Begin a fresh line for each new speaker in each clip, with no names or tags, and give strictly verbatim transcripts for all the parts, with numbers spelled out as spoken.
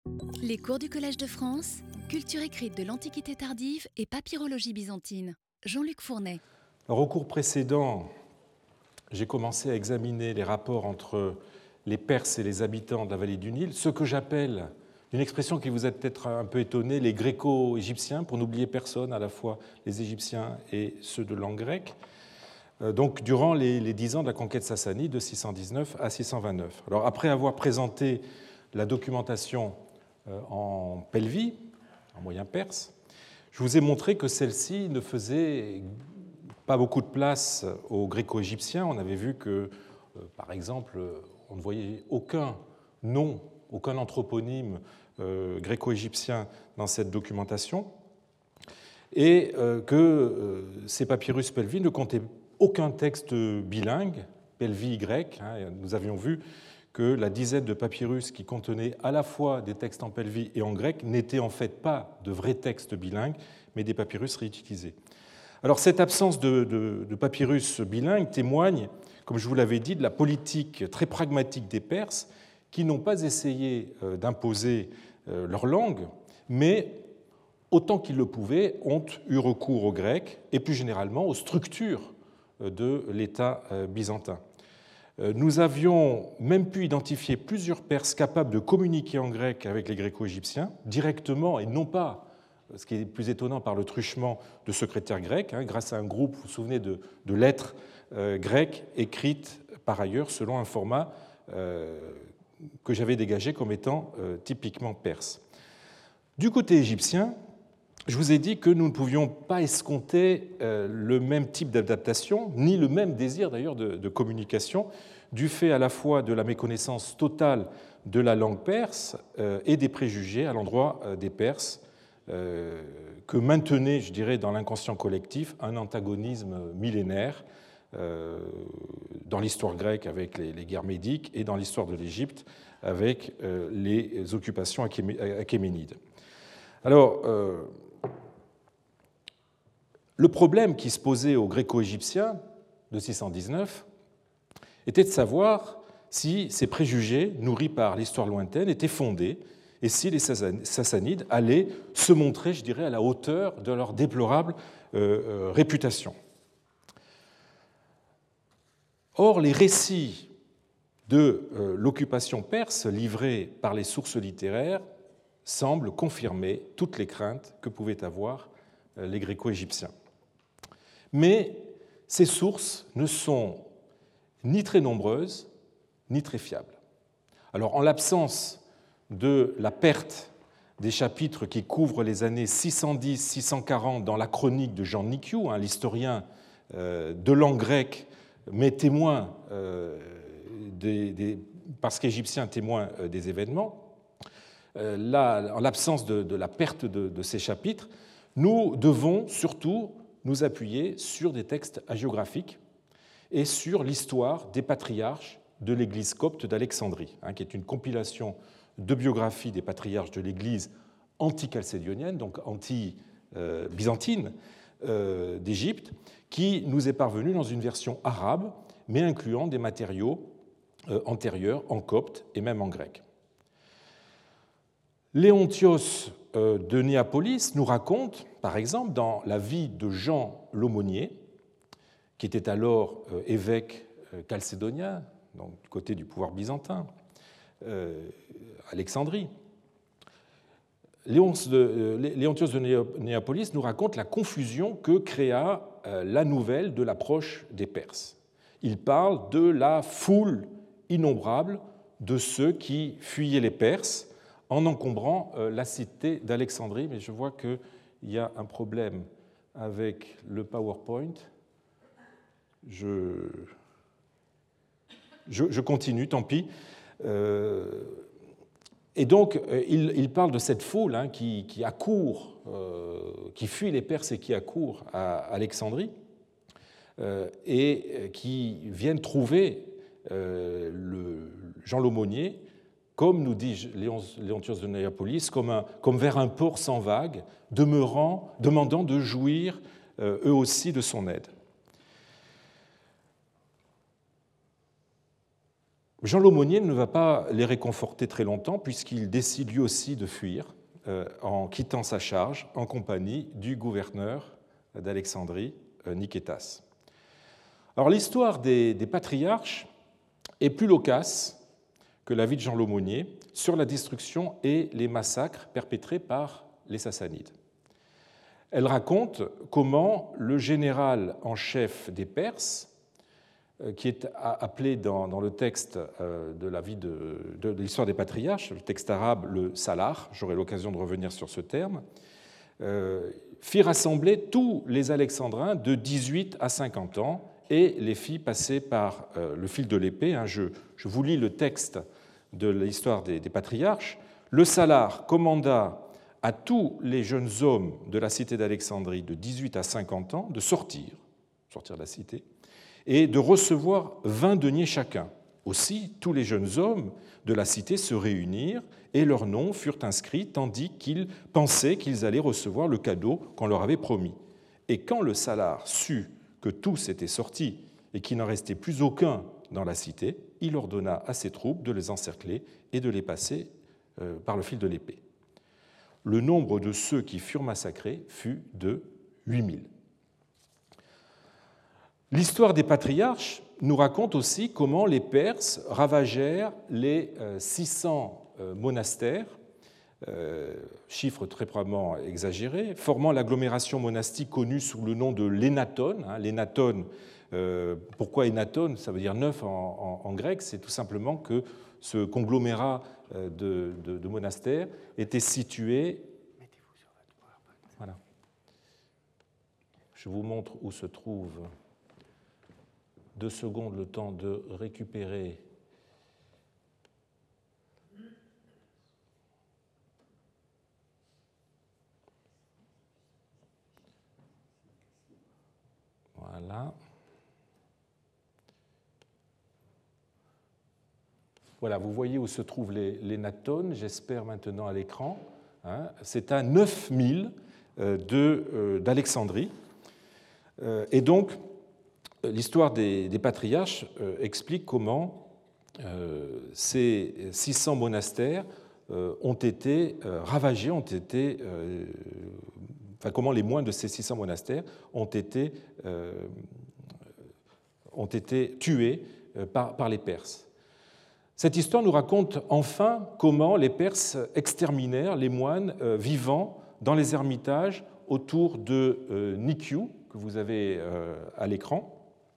Les cours du Collège de France, culture écrite de l'Antiquité tardive et papyrologie byzantine. Jean-Luc Fournet.
Alors, au cours précédent, j'ai commencé à examiner les rapports entre les Perses et les habitants de la vallée du Nil, ce que j'appelle, une expression qui vous a peut-être un peu étonné, les gréco-égyptiens, pour n'oublier personne, à la fois les Égyptiens et ceux de langue grecque, donc durant les, les dix ans de la conquête sassanide de six cent dix-neuf à six cent vingt-neuf. Alors, après avoir présenté la documentation en pelvie, en moyen perse, je vous ai montré que celle-ci ne faisait pas beaucoup de place aux gréco-égyptiens. On avait vu que, par exemple, on ne voyait aucun nom, aucun anthroponyme gréco-égyptien dans cette documentation, et que ces papyrus pelvis ne comptaient aucun texte bilingue, pelvie grec. Nous avions vu que la dizaine de papyrus qui contenaient à la fois des textes en pelvie et en grec n'étaient en fait pas de vrais textes bilingues, mais des papyrus réutilisés. Alors, cette absence de, de, de papyrus bilingues témoigne, comme je vous l'avais dit, de la politique très pragmatique des Perses, qui n'ont pas essayé d'imposer leur langue, mais, autant qu'ils le pouvaient, ont eu recours au grec et plus généralement aux structures de l'État byzantin. Nous avions même pu identifier plusieurs Perses capables de communiquer en grec avec les Gréco-égyptiens, directement et non pas, ce qui est plus étonnant, par le truchement de secrétaires grecs, hein, grâce à un groupe, vous vous souvenez, de, de lettres euh, grecques écrites par ailleurs selon un format euh, que j'avais dégagé comme étant euh, typiquement perse. Du côté égyptien, je vous ai dit que nous ne pouvions pas escompter le même type d'adaptation, ni le même désir d'ailleurs de, de communication, du fait à la fois de la méconnaissance totale de la langue perse et des préjugés à l'endroit des Perses que maintenait, je dirais, dans l'inconscient collectif un antagonisme millénaire dans l'histoire grecque avec les guerres médiques et dans l'histoire de l'Égypte avec les occupations achéménides. Alors, le problème qui se posait aux Gréco-égyptiens de six cent dix-neuf était de savoir si ces préjugés, nourris par l'histoire lointaine, étaient fondés et si les Sassanides allaient se montrer, je dirais, à la hauteur de leur déplorable euh, réputation. Or, les récits de euh, l'occupation perse livrés par les sources littéraires semblent confirmer toutes les craintes que pouvaient avoir euh, les Gréco-égyptiens. Mais ces sources ne sont ni très nombreuses, ni très fiables. Alors, en l'absence de la perte des chapitres qui couvrent les années six cent dix à six cent quarante dans la chronique de Jean Nikiou, hein, l'historien euh, de langue grecque, mais témoin, euh, des, des, parce qu'égyptien témoin euh, des événements, euh, là, en l'absence de, de la perte de, de ces chapitres, nous devons surtout nous appuyer sur des textes hagiographiques et sur l'histoire des patriarches de l'Église copte d'Alexandrie, hein, qui est une compilation de biographies des patriarches de l'Église anti-chalcédionienne, donc anti-byzantine euh, d'Égypte, qui nous est parvenue dans une version arabe, mais incluant des matériaux euh, antérieurs en copte et même en grec. Léontios de Néapolis nous raconte, par exemple, dans la vie de Jean l'Aumônier, qui était alors évêque chalcédonien, donc du côté du pouvoir byzantin, euh, Alexandrie. Léontios de Néapolis nous raconte la confusion que créa la nouvelle de l'approche des Perses. Il parle de la foule innombrable de ceux qui fuyaient les Perses en encombrant la cité d'Alexandrie, mais je vois qu'il y a un problème avec le PowerPoint. Je, je, je continue, tant pis. Euh, et donc, il, il parle de cette foule hein, qui, qui accourt, euh, qui fuit les Perses et qui accourt à Alexandrie, euh, et qui viennent trouver euh, le, Jean l'Aumônier, comme nous dit Léontios de Néapolis, comme, un, comme vers un port sans vagues, demeurant, demandant de jouir euh, eux aussi de son aide. Jean l'Aumônier ne va pas les réconforter très longtemps puisqu'il décide lui aussi de fuir euh, en quittant sa charge en compagnie du gouverneur d'Alexandrie, euh, Nicétas. Alors l'histoire des, des patriarches est plus loquace que la vie de Jean l'Aumônier sur la destruction et les massacres perpétrés par les Sassanides. Elle raconte comment le général en chef des Perses, qui est appelé dans, dans le texte de la vie de, de, de l'histoire des patriarches, le texte arabe, le salar, j'aurai l'occasion de revenir sur ce terme, euh, fit rassembler tous les Alexandrins de dix-huit à cinquante ans et les fit passer par euh, le fil de l'épée. Hein, je, je vous lis le texte de l'histoire des, des patriarches. Le salar commanda à tous les jeunes hommes de la cité d'Alexandrie de dix-huit à cinquante ans de sortir, sortir de la cité, et de recevoir vingt deniers chacun. Aussi, tous les jeunes hommes de la cité se réunirent et leurs noms furent inscrits, tandis qu'ils pensaient qu'ils allaient recevoir le cadeau qu'on leur avait promis. Et quand le salar sut que tous étaient sortis et qu'il n'en restait plus aucun dans la cité, il ordonna à ses troupes de les encercler et de les passer par le fil de l'épée. Le nombre de ceux qui furent massacrés fut de huit mille. L'histoire des patriarches nous raconte aussi comment les Perses ravagèrent les six cents monastères, chiffre très probablement exagéré, formant l'agglomération monastique connue sous le nom de l'Énatone. L'Énatone, pourquoi Énatone? Ça veut dire neuf en, en, en grec, c'est tout simplement que ce conglomérat de, de, de monastères était situé... Voilà. Je vous montre où se trouve... Deux secondes, le temps de récupérer voilà. Voilà, vous voyez où se trouvent les, les natones, j'espère maintenant à l'écran. Hein. C'est à neuf mille euh, de, euh, d'Alexandrie. Euh, et donc, l'histoire des, des patriarches euh, explique comment euh, ces six cents monastères euh, ont été euh, ravagés, ont été, euh, enfin comment les moines de ces six cents monastères ont été, euh, ont été tués euh, par, par les Perses. Cette histoire nous raconte enfin comment les Perses exterminèrent les moines euh, vivant dans les ermitages autour de euh, Nikiu, que vous avez euh, à l'écran.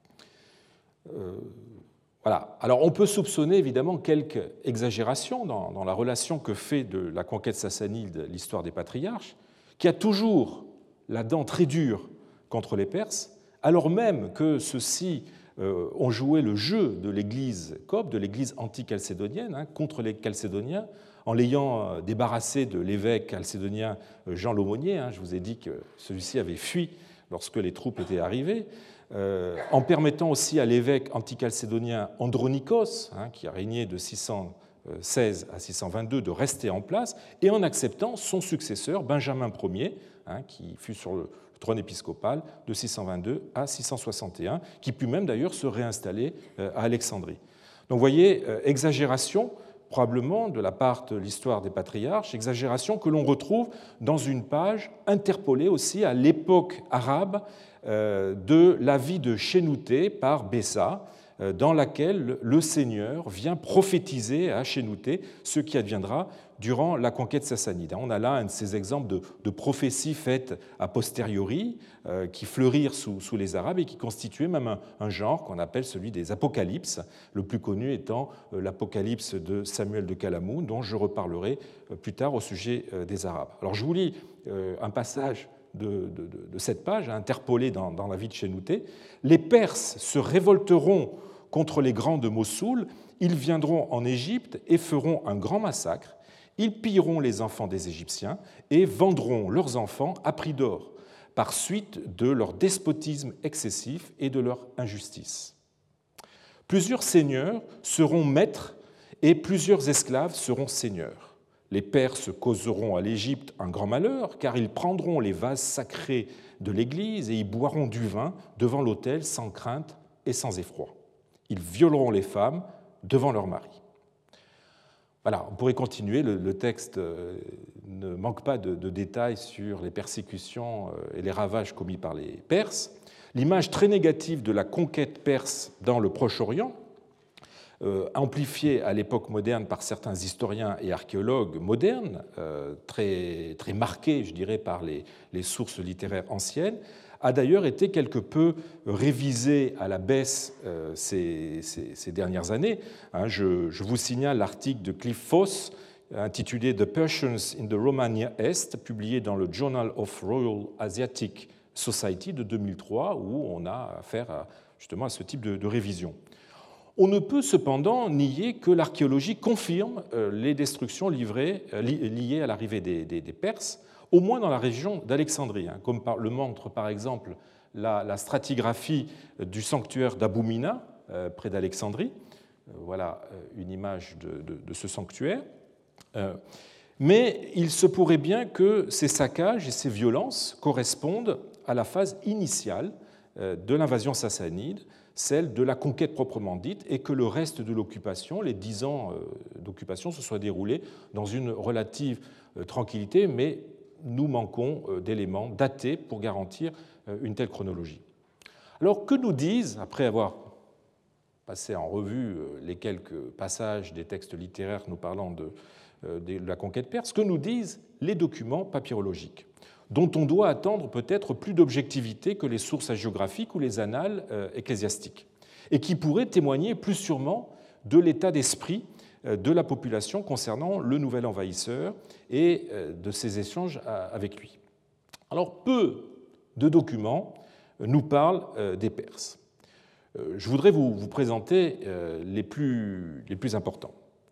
Euh, voilà. Alors on peut soupçonner évidemment quelques exagérations dans, dans la relation que fait de la conquête sassanide l'histoire des patriarches, qui a toujours la dent très dure contre les Perses, alors même que ceux-ci euh, ont joué le jeu de l'Église copte, de l'Église anti-chalcédonienne, hein, contre les Chalcédoniens, en l'ayant débarrassé de l'évêque chalcédonien Jean l'Aumônier. Hein, je vous ai dit que celui-ci avait fui lorsque les troupes étaient arrivées. Euh, en permettant aussi à l'évêque antichalcédonien Andronikos, hein, qui a régné de six cent seize à six cent vingt-deux, de rester en place, et en acceptant son successeur, Benjamin Ier, hein, qui fut sur le trône épiscopal de six cent vingt-deux à six cent soixante et un, qui put même d'ailleurs se réinstaller à Alexandrie. Donc vous voyez, euh, exagération probablement de la part de l'histoire des patriarches, exagération que l'on retrouve dans une page interpolée aussi à l'époque arabe de la vie de Chénouté par Bessa, dans laquelle le Seigneur vient prophétiser à Chénouté ce qui adviendra durant la conquête sassanide. On a là un de ces exemples de, de prophéties faites a posteriori, euh, qui fleurirent sous, sous les Arabes et qui constituaient même un, un genre qu'on appelle celui des apocalypses, le plus connu étant euh, l'apocalypse de Samuel de Calamoun, dont je reparlerai euh, plus tard au sujet euh, des Arabes. Alors je vous lis euh, un passage de, de, de cette page, interpolée dans, dans la vie de Chénouté. « Les Perses se révolteront contre les grands de Mossoul, ils viendront en Égypte et feront un grand massacre. Ils pilleront les enfants des Égyptiens et vendront leurs enfants à prix d'or, par suite de leur despotisme excessif et de leur injustice. Plusieurs seigneurs seront maîtres et plusieurs esclaves seront seigneurs. Les Perses causeront à l'Égypte un grand malheur, car ils prendront les vases sacrés de l'Église et y boiront du vin devant l'autel sans crainte et sans effroi. Ils violeront les femmes, devant leur mari. Voilà, on pourrait continuer, le, le texte ne manque pas de, de détails sur les persécutions et les ravages commis par les Perses. L'image très négative de la conquête perse dans le Proche-Orient, euh, amplifiée à l'époque moderne par certains historiens et archéologues modernes, euh, très, très marquée, je dirais, par les, les sources littéraires anciennes, a d'ailleurs été quelque peu révisée à la baisse euh, ces, ces, ces dernières années. Hein, je, je vous signale l'article de Cliff Foss intitulé The Persians in the Romania Est, publié dans le Journal of Royal Asiatic Society de deux mille trois, où on a affaire à, justement à ce type de, de révision. On ne peut cependant nier que l'archéologie confirme les destructions livrées, liées à l'arrivée des, des, des Perses, au moins dans la région d'Alexandrie, hein, comme le montre par exemple la, la stratigraphie du sanctuaire d'Aboumina, euh, près d'Alexandrie. Voilà une image de, de, de ce sanctuaire. Euh, mais il se pourrait bien que ces saccages et ces violences correspondent à la phase initiale de l'invasion sassanide, celle de la conquête proprement dite, et que le reste de l'occupation, les dix ans d'occupation, se soit déroulé dans une relative tranquillité, mais nous manquons d'éléments datés pour garantir une telle chronologie. Alors, que nous disent, après avoir passé en revue les quelques passages des textes littéraires nous parlant de, de la conquête perse, que nous disent les documents papyrologiques, dont on doit attendre peut-être plus d'objectivité que les sources hagiographiques ou les annales ecclésiastiques, et qui pourraient témoigner plus sûrement de l'état d'esprit de la population concernant le nouvel envahisseur et de ses échanges avec lui. Alors, peu de documents nous parlent des Perses. Je voudrais vous, vous présenter les plus, les plus importants.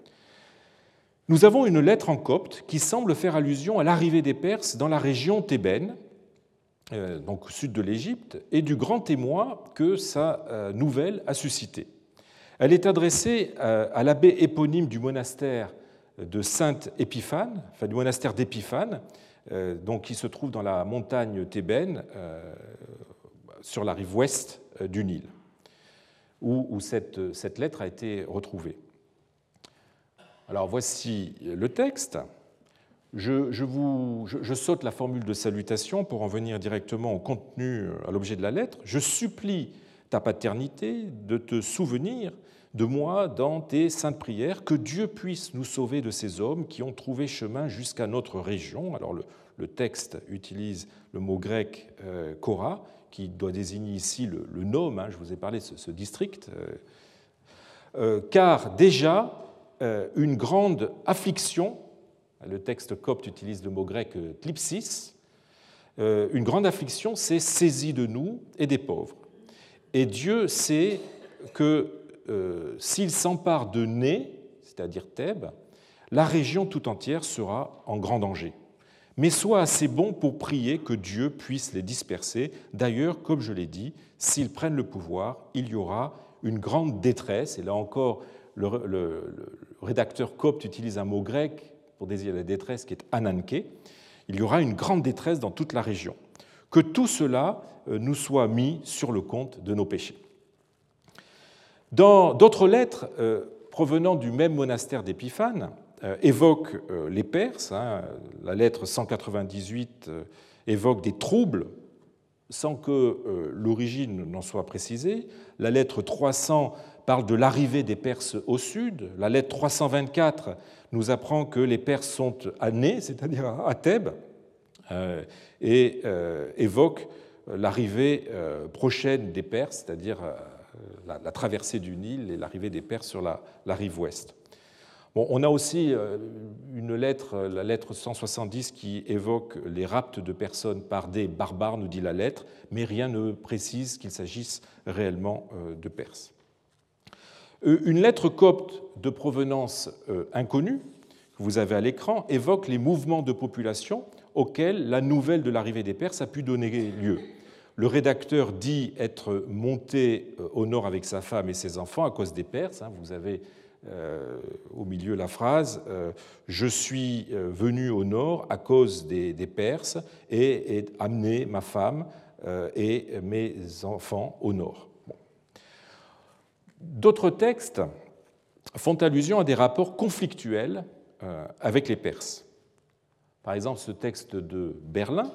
Nous avons une lettre en copte qui semble faire allusion à l'arrivée des Perses dans la région thébaine, donc au sud de l'Égypte, et du grand émoi que sa nouvelle a suscité. Elle est adressée à l'abbé éponyme du monastère de Sainte-Épiphane, enfin du monastère d'Épiphane, donc qui se trouve dans la montagne thébaine, sur la rive ouest du Nil, où, où cette, cette lettre a été retrouvée. Alors voici le texte. Je, je, vous, je, je saute la formule de salutation pour en venir directement au contenu, à l'objet de la lettre. Je supplie ta paternité de te souvenir de moi dans tes saintes prières, que Dieu puisse nous sauver de ces hommes qui ont trouvé chemin jusqu'à notre région. Alors le, le texte utilise le mot grec euh, Kora, qui doit désigner ici le, le nome, hein, je vous ai parlé de ce, ce district, euh, euh, car déjà euh, une grande affliction, le texte copte utilise le mot grec thlipsis, euh, une grande affliction s'est saisie de nous et des pauvres. Et Dieu sait que euh, s'il s'empare de Né, c'est-à-dire Thèbes, la région tout entière sera en grand danger. Mais sois assez bon pour prier que Dieu puisse les disperser. D'ailleurs, comme je l'ai dit, s'ils prennent le pouvoir, il y aura une grande détresse. Et là encore, le, le, le rédacteur copte utilise un mot grec pour désigner la détresse qui est ananké. Il y aura une grande détresse dans toute la région. Que tout cela nous soit mis sur le compte de nos péchés. Dans d'autres lettres euh, provenant du même monastère d'Épiphane, euh, évoquent euh, les Perses. Hein, la lettre cent quatre-vingt-dix-huit euh, évoque des troubles sans que euh, l'origine n'en soit précisée. La lettre trois cents parle de l'arrivée des Perses au sud. La lettre trois cent vingt-quatre nous apprend que les Perses sont à Né, c'est-à-dire à Thèbes, euh, et euh, évoque l'arrivée euh, prochaine des Perses, c'est-à-dire euh, la, la traversée du Nil et l'arrivée des Perses sur la, la rive ouest. Bon, on a aussi euh, une lettre, la lettre cent soixante-dix, qui évoque les rapts de personnes par des barbares, nous dit la lettre, mais rien ne précise qu'il s'agisse réellement euh, de Perses. Une lettre copte de provenance inconnue, que vous avez à l'écran, évoque les mouvements de population auxquels la nouvelle de l'arrivée des Perses a pu donner lieu. Le rédacteur dit être monté au nord avec sa femme et ses enfants à cause des Perses. Vous avez euh, au milieu la phrase euh, « Je suis venu au nord à cause des, des Perses et ai amené ma femme euh, et mes enfants au nord ». D'autres textes font allusion à des rapports conflictuels euh, avec les Perses. Par exemple, ce texte de Berlin,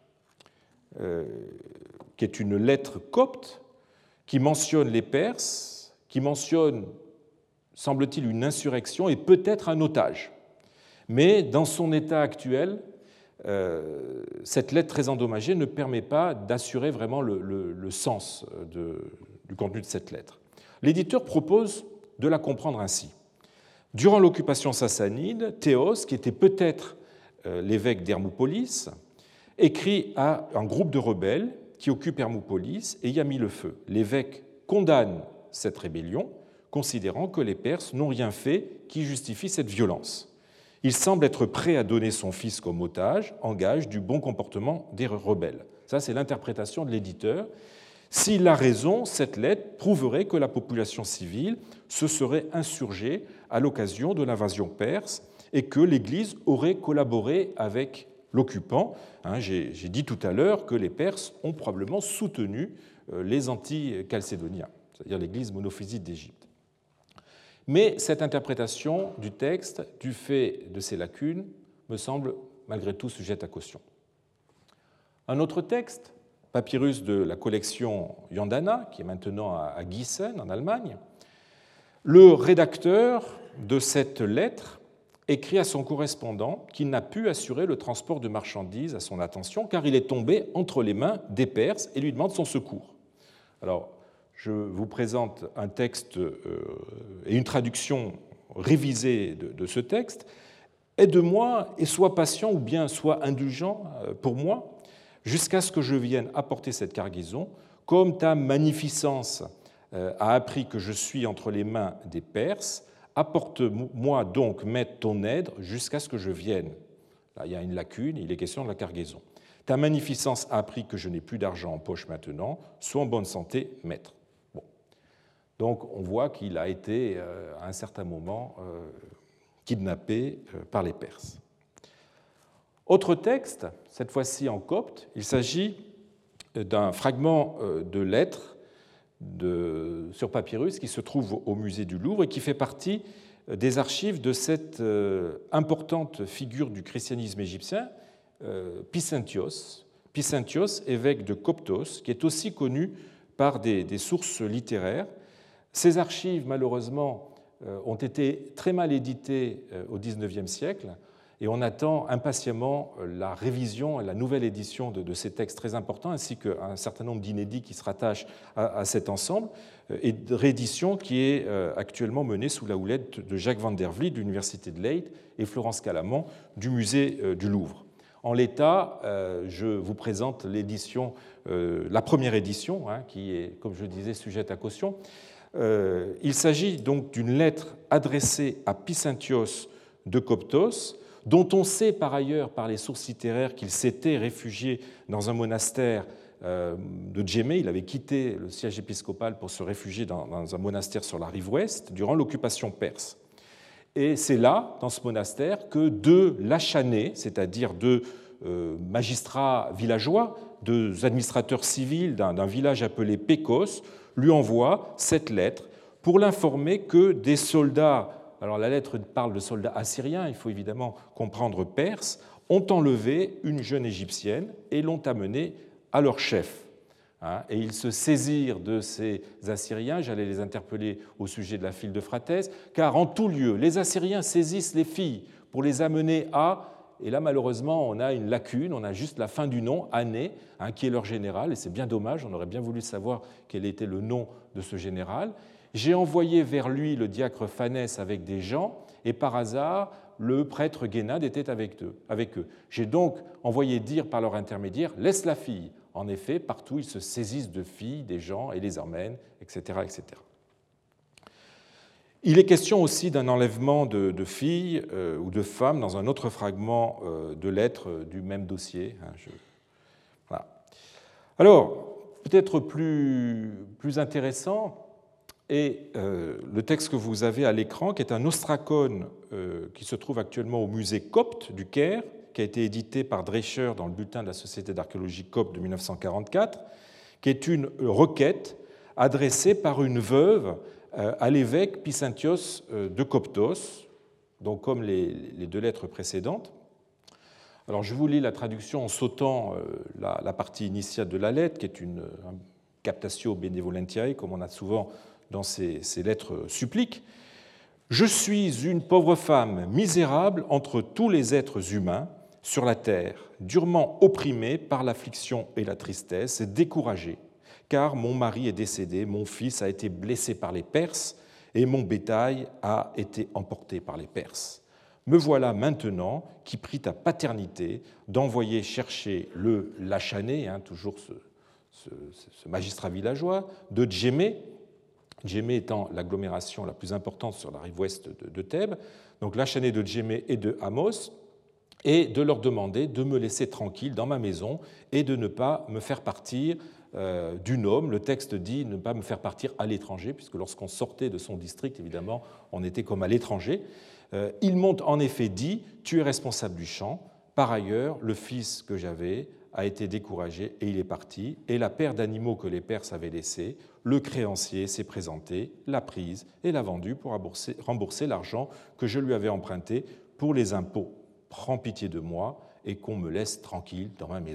euh, qui est une lettre copte, qui mentionne les Perses, qui mentionne, semble-t-il, une insurrection et peut-être un otage. Mais dans son état actuel, euh, cette lettre très endommagée ne permet pas d'assurer vraiment le, le, le sens de, du contenu de cette lettre. L'éditeur propose de la comprendre ainsi. Durant l'occupation sassanide, Théos, qui était peut-être l'évêque d'Hermopolis, écrit à un groupe de rebelles qui occupe Hermopolis et y a mis le feu. L'évêque condamne cette rébellion, considérant que les Perses n'ont rien fait qui justifie cette violence. Il semble être prêt à donner son fils comme otage, en gage du bon comportement des rebelles. Ça, c'est l'interprétation de l'éditeur. S'il a raison, cette lettre prouverait que la population civile se serait insurgée à l'occasion de l'invasion perse et que l'Église aurait collaboré avec l'occupant. J'ai dit tout à l'heure que les Perses ont probablement soutenu les anti-chalcédoniens, c'est-à-dire l'Église monophysite d'Égypte. Mais cette interprétation du texte, du fait de ses lacunes, me semble malgré tout sujette à caution. Un autre texte, papyrus de la collection Yandana, qui est maintenant à Gießen, en Allemagne, le rédacteur de cette lettre écrit à son correspondant qu'il n'a pu assurer le transport de marchandises à son attention car il est tombé entre les mains des Perses et lui demande son secours. Alors, je vous présente un texte et une traduction révisée de ce texte. Aide-moi et sois patient ou bien sois indulgent pour moi jusqu'à ce que je vienne apporter cette cargaison, comme ta magnificence a appris que je suis entre les mains des Perses. Apporte-moi donc, maître, ton aide jusqu'à ce que je vienne. Là, il y a une lacune, il est question de la cargaison. Ta magnificence a appris que je n'ai plus d'argent en poche maintenant. Sois en bonne santé, maître. Bon. Donc, on voit qu'il a été, euh, à un certain moment, euh, kidnappé euh, par les Perses. Autre texte, cette fois-ci en copte, il s'agit d'un fragment euh, de lettre De, sur papyrus qui se trouve au musée du Louvre et qui fait partie des archives de cette euh, importante figure du christianisme égyptien, euh, Pisentios, Pisentios, évêque de Coptos, qui est aussi connu par des, des sources littéraires. Ces archives, malheureusement, euh, ont été très mal éditées euh, au dix-neuvième siècle, et on attend impatiemment la révision et la nouvelle édition de, de ces textes très importants, ainsi qu'un certain nombre d'inédits qui se rattachent à, à cet ensemble, et de réédition qui est actuellement menée sous la houlette de Jacques van der Vliet de l'Université de Leyde et Florence Calamant du musée du Louvre. En l'état, je vous présente l'édition, la première édition, hein, qui est, comme je disais, sujette à caution. Il s'agit donc d'une lettre adressée à Pisentios de Coptos, dont on sait par ailleurs par les sources littéraires qu'il s'était réfugié dans un monastère de Djémé. Il avait quitté le siège épiscopal pour se réfugier dans un monastère sur la rive ouest durant l'occupation perse. Et c'est là, dans ce monastère, que deux lachanés, c'est-à-dire deux magistrats villageois, deux administrateurs civils d'un village appelé Pékos, lui envoient cette lettre pour l'informer que des soldats, alors la lettre parle de soldats assyriens, il faut évidemment comprendre perse, ont enlevé une jeune égyptienne et l'ont amenée à leur chef. Et ils se saisirent de ces Assyriens, j'allais les interpeller au sujet de la file de Phraates, car en tout lieu, les Assyriens saisissent les filles pour les amener à, et là malheureusement on a une lacune, on a juste la fin du nom, Ané, hein, qui est leur général, et c'est bien dommage, on aurait bien voulu savoir quel était le nom de ce général. J'ai envoyé vers lui le diacre Phanès avec des gens, et par hasard, le prêtre Guénade était avec eux. Avec eux. J'ai donc envoyé dire par leur intermédiaire « laisse la fille ». En effet, partout, ils se saisissent de filles, des gens, et les emmènent, et cetera, et cetera. Il est question aussi d'un enlèvement de, de filles euh, ou de femmes dans un autre fragment euh, de lettres euh, du même dossier. Hein, je... voilà. Alors, peut-être plus, plus intéressant est euh, le texte que vous avez à l'écran, qui est un ostracone euh, qui se trouve actuellement au musée copte du Caire, qui a été édité par Drescher dans le bulletin de la Société d'archéologie copte de mille neuf cent quarante-quatre, qui est une requête adressée par une veuve à l'évêque Pysinthios de Coptos, donc comme les, les deux lettres précédentes. Alors je vous lis la traduction en sautant la, la partie initiale de la lettre, qui est une un captatio benevolentiae, comme on a souvent dans ces, ces lettres suppliques. « Je suis une pauvre femme misérable entre tous les êtres humains sur la terre, durement opprimée par l'affliction et la tristesse, et découragée, car mon mari est décédé, mon fils a été blessé par les Perses, et mon bétail a été emporté par les Perses. Me voilà maintenant qui prie ta paternité d'envoyer chercher le Lachané, hein, toujours ce, ce, ce magistrat villageois, de Djémé, Djémé étant l'agglomération la plus importante sur la rive ouest de, de Thèbes, donc Lachané de Djémé et de Amos, et de leur demander de me laisser tranquille dans ma maison et de ne pas me faire partir euh, du Nome. Le texte dit ne pas me faire partir à l'étranger, puisque lorsqu'on sortait de son district, évidemment, on était comme à l'étranger. Euh, ils m'ont en effet dit « Tu es responsable du champ. Par ailleurs, le fils que j'avais a été découragé et il est parti. Et la paire d'animaux que les Perses avaient laissés, le créancier s'est présenté, l'a prise et l'a vendue pour rembourser, rembourser l'argent que je lui avais emprunté pour les impôts. Prends pitié de moi et qu'on me laisse tranquille dans ma maison. »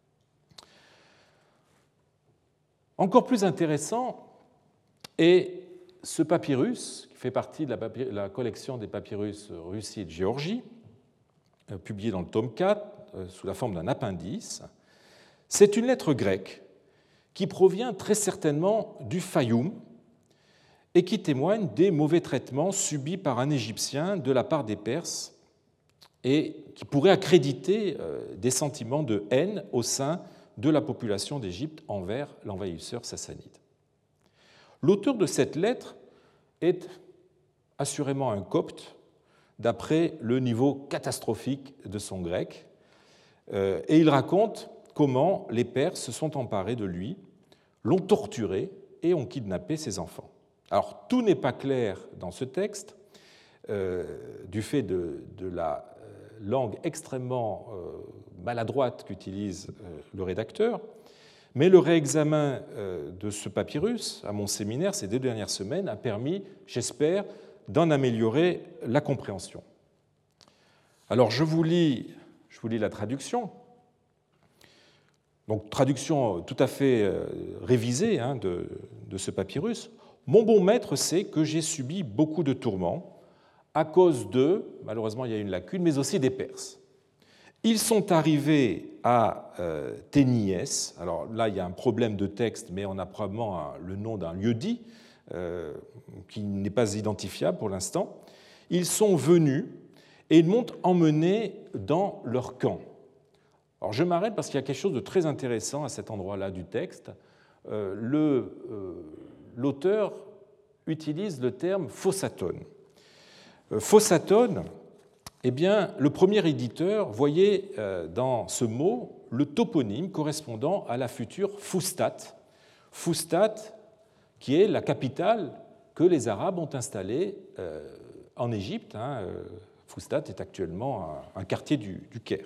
Encore plus intéressant est ce papyrus, qui fait partie de la, papy... la collection des papyrus Russie et de Géorgie, euh, publié dans le tome quatre, euh, sous la forme d'un appendice. C'est une lettre grecque qui provient très certainement du Fayoum et qui témoigne des mauvais traitements subis par un Égyptien de la part des Perses et qui pourrait accréditer des sentiments de haine au sein de la population d'Égypte envers l'envahisseur sassanide. L'auteur de cette lettre est assurément un copte, d'après le niveau catastrophique de son grec, et il raconte comment les Perses se sont emparés de lui, l'ont torturé et ont kidnappé ses enfants. Alors, tout n'est pas clair dans ce texte, euh, du fait de, de la langue extrêmement euh, maladroite qu'utilise euh, le rédacteur, mais le réexamen euh, de ce papyrus à mon séminaire ces deux dernières semaines a permis, j'espère, d'en améliorer la compréhension. Alors je vous lis, je vous lis la traduction. Donc traduction tout à fait euh, révisée hein, de, de ce papyrus. « Mon bon maître sait que j'ai subi beaucoup de tourments, à cause d'eux, malheureusement il y a une lacune, mais aussi des Perses. Ils sont arrivés à euh, Téniès, alors là il y a un problème de texte, mais on a probablement un, le nom d'un lieu-dit euh, qui n'est pas identifiable pour l'instant. Ils sont venus et ils m'ont emmené dans leur camp. Alors je m'arrête parce qu'il y a quelque chose de très intéressant à cet endroit-là du texte. Euh, le, euh, l'auteur utilise le terme phossatone. Phossatone, eh bien, le premier éditeur voyait dans ce mot le toponyme correspondant à la future Fustat. Fustat, qui est la capitale que les Arabes ont installée en Égypte. Fustat est actuellement un quartier du, du Caire.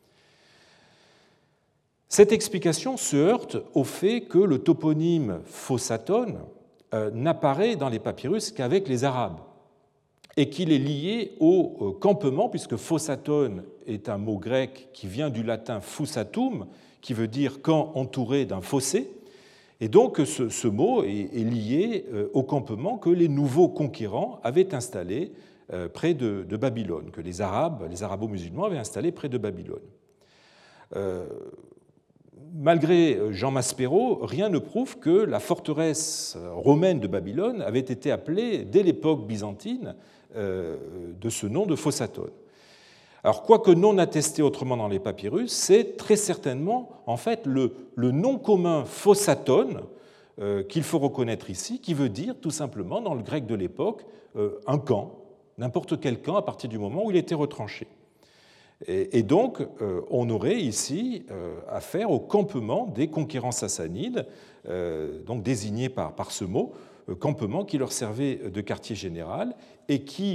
Cette explication se heurte au fait que le toponyme Phossatone n'apparaît dans les papyrus qu'avec les Arabes, et qu'il est lié au campement, puisque phossatone est un mot grec qui vient du latin fussatum, qui veut dire camp entouré d'un fossé, et donc ce, ce mot est, est lié au campement que les nouveaux conquérants avaient installé près de, de Babylone, que les Arabes, les Arabo-musulmans avaient installé près de Babylone. Euh, Malgré Jean Maspero, rien ne prouve que la forteresse romaine de Babylone avait été appelée, dès l'époque byzantine, de ce nom de Phossatone. Alors, quoique non attesté autrement dans les papyrus, c'est très certainement en fait le, le nom commun Phossatone euh, qu'il faut reconnaître ici, qui veut dire tout simplement, dans le grec de l'époque, euh, un camp, n'importe quel camp à partir du moment où il était retranché. Et donc, on aurait ici affaire au campement des conquérants sassanides, donc désignés par, par ce mot, campement qui leur servait de quartier général et qui,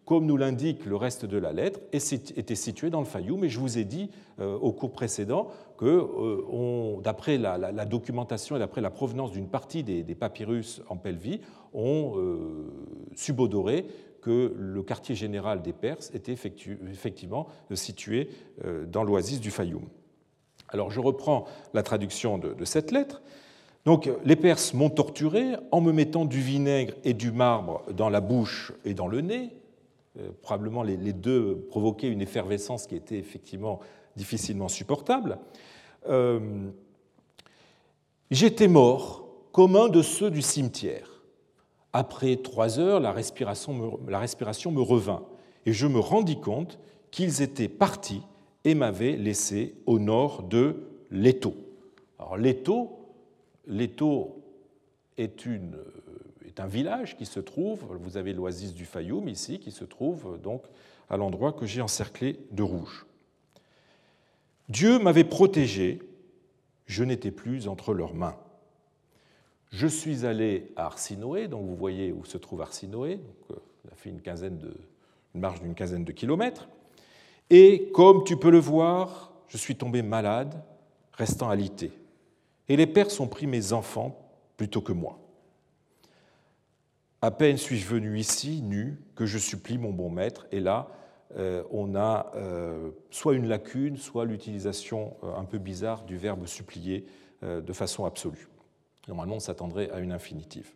comme nous l'indique le reste de la lettre, était situé dans le Fayoum. Et je vous ai dit euh, au cours précédent que, euh, d'après la, la, la documentation et d'après la provenance d'une partie des, des papyrus en Pelvie, on euh, subodoré que le quartier général des Perses était effectivement situé euh, dans l'oasis du Fayoum. Alors je reprends la traduction de, de cette lettre. Donc, les Perses m'ont torturé en me mettant du vinaigre et du marbre dans la bouche et dans le nez. Euh, probablement les, les deux provoquaient une effervescence qui était effectivement difficilement supportable. Euh, J'étais mort comme un de ceux du cimetière. Après trois heures, la respiration me, la respiration me revint et je me rendis compte qu'ils étaient partis et m'avaient laissé au nord de Leto. Alors Leto, Leto est, une, est un village qui se trouve, vous avez l'oasis du Fayoum ici, qui se trouve donc à l'endroit que j'ai encerclé de rouge. Dieu m'avait protégé, je n'étais plus entre leurs mains. Je suis allé à Arsinoé, donc vous voyez où se trouve Arsinoé, donc il a fait une, quinzaine de, une marche d'une quinzaine de kilomètres, et comme tu peux le voir, je suis tombé malade, restant alité. Et les Perses ont pris mes enfants plutôt que moi. À peine suis-je venu ici, nu, que je supplie mon bon maître, et là, euh, on a euh, soit une lacune, soit l'utilisation euh, un peu bizarre du verbe supplier euh, de façon absolue. Normalement, on s'attendrait à une infinitive.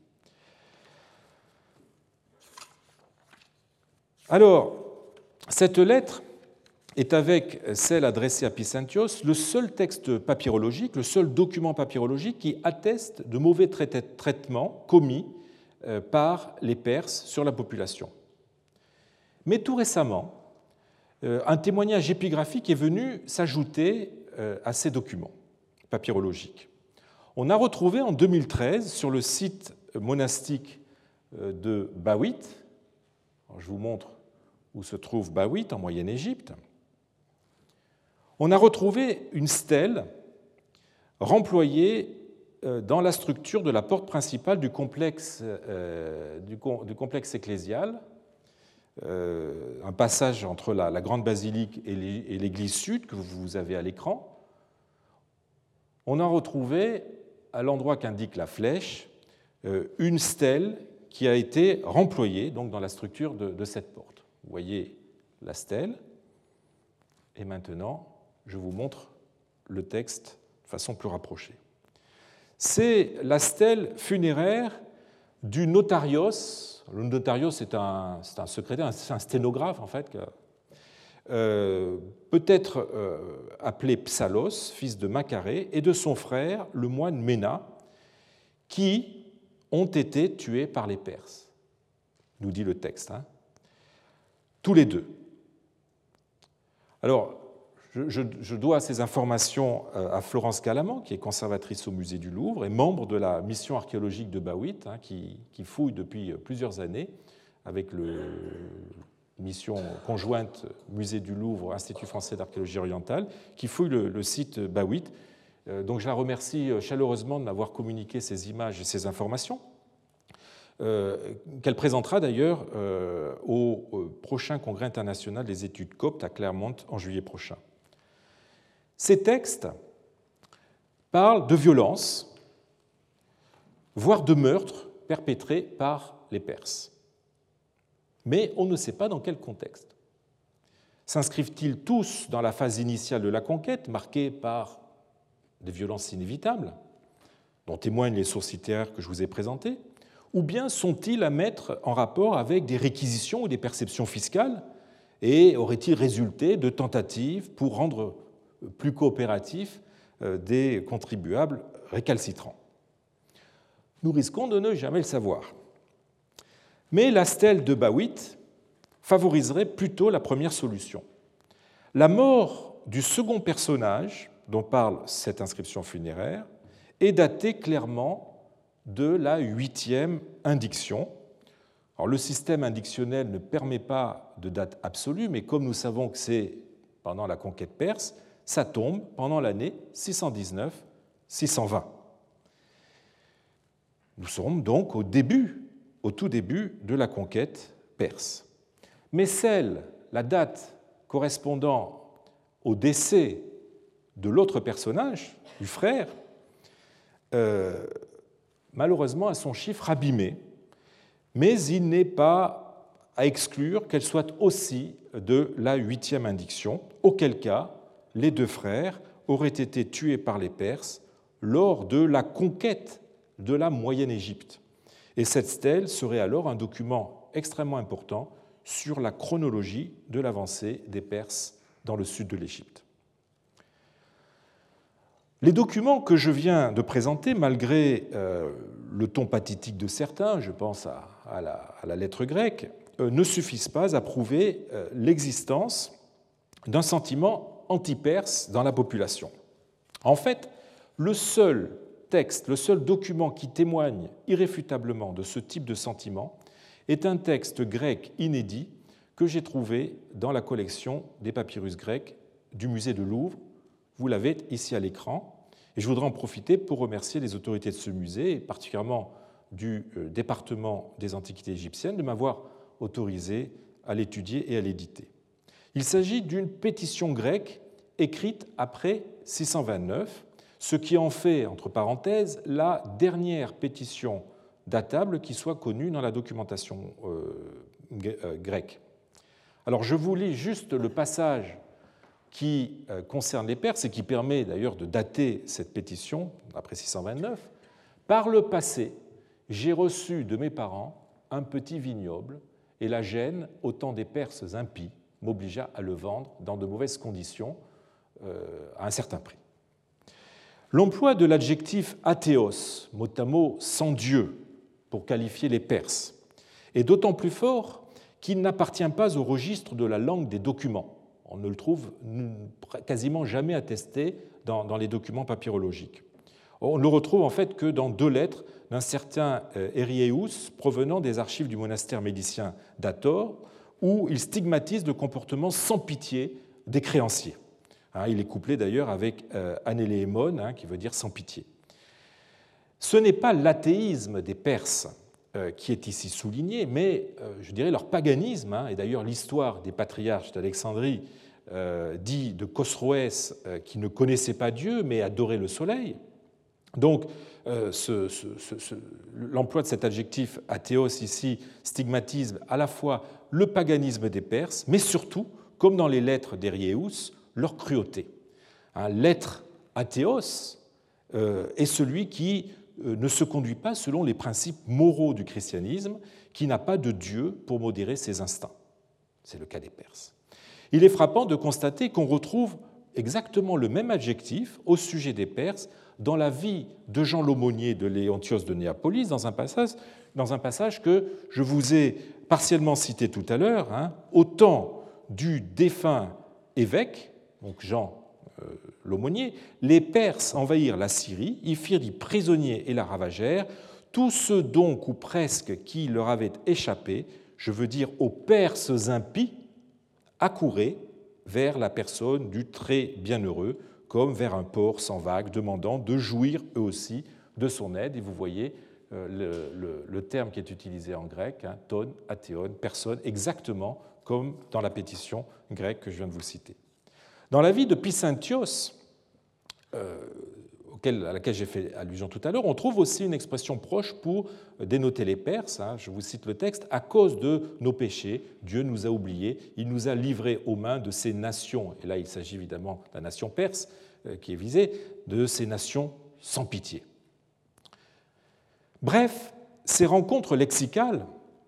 Alors, cette lettre est, avec celle adressée à Pysanthios, le seul texte papyrologique, le seul document papyrologique qui atteste de mauvais traitements commis par les Perses sur la population. Mais tout récemment, un témoignage épigraphique est venu s'ajouter à ces documents papyrologiques. On a retrouvé en deux mille treize sur le site monastique de Bawit, je vous montre où se trouve Bawit en Moyenne-Égypte, on a retrouvé une stèle remployée dans la structure de la porte principale du complexe, euh, du, du complexe ecclésial, euh, un passage entre la, la grande basilique et l'église sud que vous avez à l'écran. On a retrouvé, à l'endroit qu'indique la flèche, euh, une stèle qui a été remployée donc, dans la structure de, de cette porte. Vous voyez la stèle, et maintenant, je vous montre le texte de façon plus rapprochée. C'est la stèle funéraire du notarios. Le notarios, c'est un, c'est un secrétaire, c'est un sténographe, en fait, euh, peut-être euh, appelé Psalos, fils de Macaré, et de son frère, le moine Ména, qui ont été tués par les Perses, nous dit le texte. Hein. Tous les deux. Alors, je, je, je dois ces informations à Florence Calaman, qui est conservatrice au musée du Louvre et membre de la mission archéologique de Bawit, hein, qui, qui fouille depuis plusieurs années avec la mission conjointe musée du Louvre, Institut français d'archéologie orientale, qui fouille le, le site Bawit. Donc je la remercie chaleureusement de m'avoir communiqué ces images et ces informations. Euh, qu'elle présentera d'ailleurs euh, au, au prochain congrès international des études coptes à Clermont en juillet prochain. Ces textes parlent de violences, voire de meurtres perpétrés par les Perses. Mais on ne sait pas dans quel contexte. S'inscrivent-ils tous dans la phase initiale de la conquête, marquée par des violences inévitables, dont témoignent les sources littéraires que je vous ai présentées, ou bien sont-ils à mettre en rapport avec des réquisitions ou des perceptions fiscales et auraient-ils résulté de tentatives pour rendre plus coopératifs des contribuables récalcitrants? Nous risquons de ne jamais le savoir. Mais la stèle de Bawit favoriserait plutôt la première solution. La mort du second personnage dont parle cette inscription funéraire est datée clairement de la huitième indiction. Alors, le système indictionnel ne permet pas de date absolue, mais comme nous savons que c'est pendant la conquête perse, ça tombe pendant l'année six cent dix-neuf six cent vingt. Nous sommes donc au début, au tout début de la conquête perse. mais celle, la date correspondant au décès de l'autre personnage, du frère, euh, malheureusement a son chiffre abîmé, mais il n'est pas à exclure qu'elle soit aussi de la huitième indiction, auquel cas les deux frères auraient été tués par les Perses lors de la conquête de la Moyenne-Égypte. Et cette stèle serait alors un document extrêmement important sur la chronologie de l'avancée des Perses dans le sud de l'Égypte. Les documents que je viens de présenter, malgré euh, le ton pathétique de certains, je pense à, à, la, à la lettre grecque, euh, ne suffisent pas à prouver euh, l'existence d'un sentiment anti-perse dans la population. En fait, le seul texte, le seul document qui témoigne irréfutablement de ce type de sentiment est un texte grec inédit que j'ai trouvé dans la collection des papyrus grecs du musée de Louvre. Vous l'avez ici à l'écran. Et je voudrais en profiter pour remercier les autorités de ce musée, et particulièrement du département des antiquités égyptiennes, de m'avoir autorisé à l'étudier et à l'éditer. Il s'agit d'une pétition grecque écrite après six cent vingt-neuf, ce qui en fait, entre parenthèses, la dernière pétition datable qui soit connue dans la documentation euh, grecque. Alors je vous lis juste le passage qui concerne les Perses et qui permet d'ailleurs de dater cette pétition après six cent vingt-neuf. Par le passé, j'ai reçu de mes parents un petit vignoble et la gêne au temps des Perses impies m'obligea à le vendre dans de mauvaises conditions euh, à un certain prix. L'emploi de l'adjectif athéos, mot à mot sans Dieu, pour qualifier les Perses, est d'autant plus fort qu'il n'appartient pas au registre de la langue des documents. On ne le trouve quasiment jamais attesté dans, dans les documents papyrologiques. On ne le retrouve en fait que dans deux lettres d'un certain Hériéus provenant des archives du monastère médicien d'Hathor, où il stigmatise le comportement sans pitié des créanciers. Il est couplé d'ailleurs avec anélémon, qui veut dire sans pitié. Ce n'est pas l'athéisme des Perses qui est ici souligné, mais je dirais leur paganisme, et d'ailleurs l'histoire des patriarches d'Alexandrie dit de Khosroès qui ne connaissait pas Dieu mais adorait le soleil. Donc ce, ce, ce, l'emploi de cet adjectif athéos ici stigmatise à la fois le paganisme des Perses, mais surtout, comme dans les lettres d'Hériéus, leur cruauté. L'être athéos est celui qui ne se conduit pas selon les principes moraux du christianisme, qui n'a pas de Dieu pour modérer ses instincts. C'est le cas des Perses. Il est frappant de constater qu'on retrouve exactement le même adjectif au sujet des Perses dans la vie de Jean l'aumônier de Léontios de Néapolis, dans un passage, dans un passage que je vous ai partiellement cité tout à l'heure. Hein, au temps du défunt évêque, donc Jean euh, l'aumônier, les Perses envahirent la Syrie, y firent des prisonniers et la ravagèrent. Tous ceux donc ou presque qui leur avaient échappé, je veux dire aux Perses impies, accouraient vers la personne du très bienheureux, comme vers un port sans vague, demandant de jouir eux aussi de son aide. Et vous voyez euh, le, le, le terme qui est utilisé en grec, hein, ton, athéon, personne, exactement comme dans la pétition grecque que je viens de vous citer. Dans la vie de Pysinthios, euh, auquel, à laquelle j'ai fait allusion tout à l'heure, on trouve aussi une expression proche pour dénoter les Perses. Hein, je vous cite le texte. « À cause de nos péchés, Dieu nous a oubliés, il nous a livrés aux mains de ces nations. » Et là, il s'agit évidemment de la nation perse euh, qui est visée, de ces nations sans pitié. Bref, ces rencontres lexicales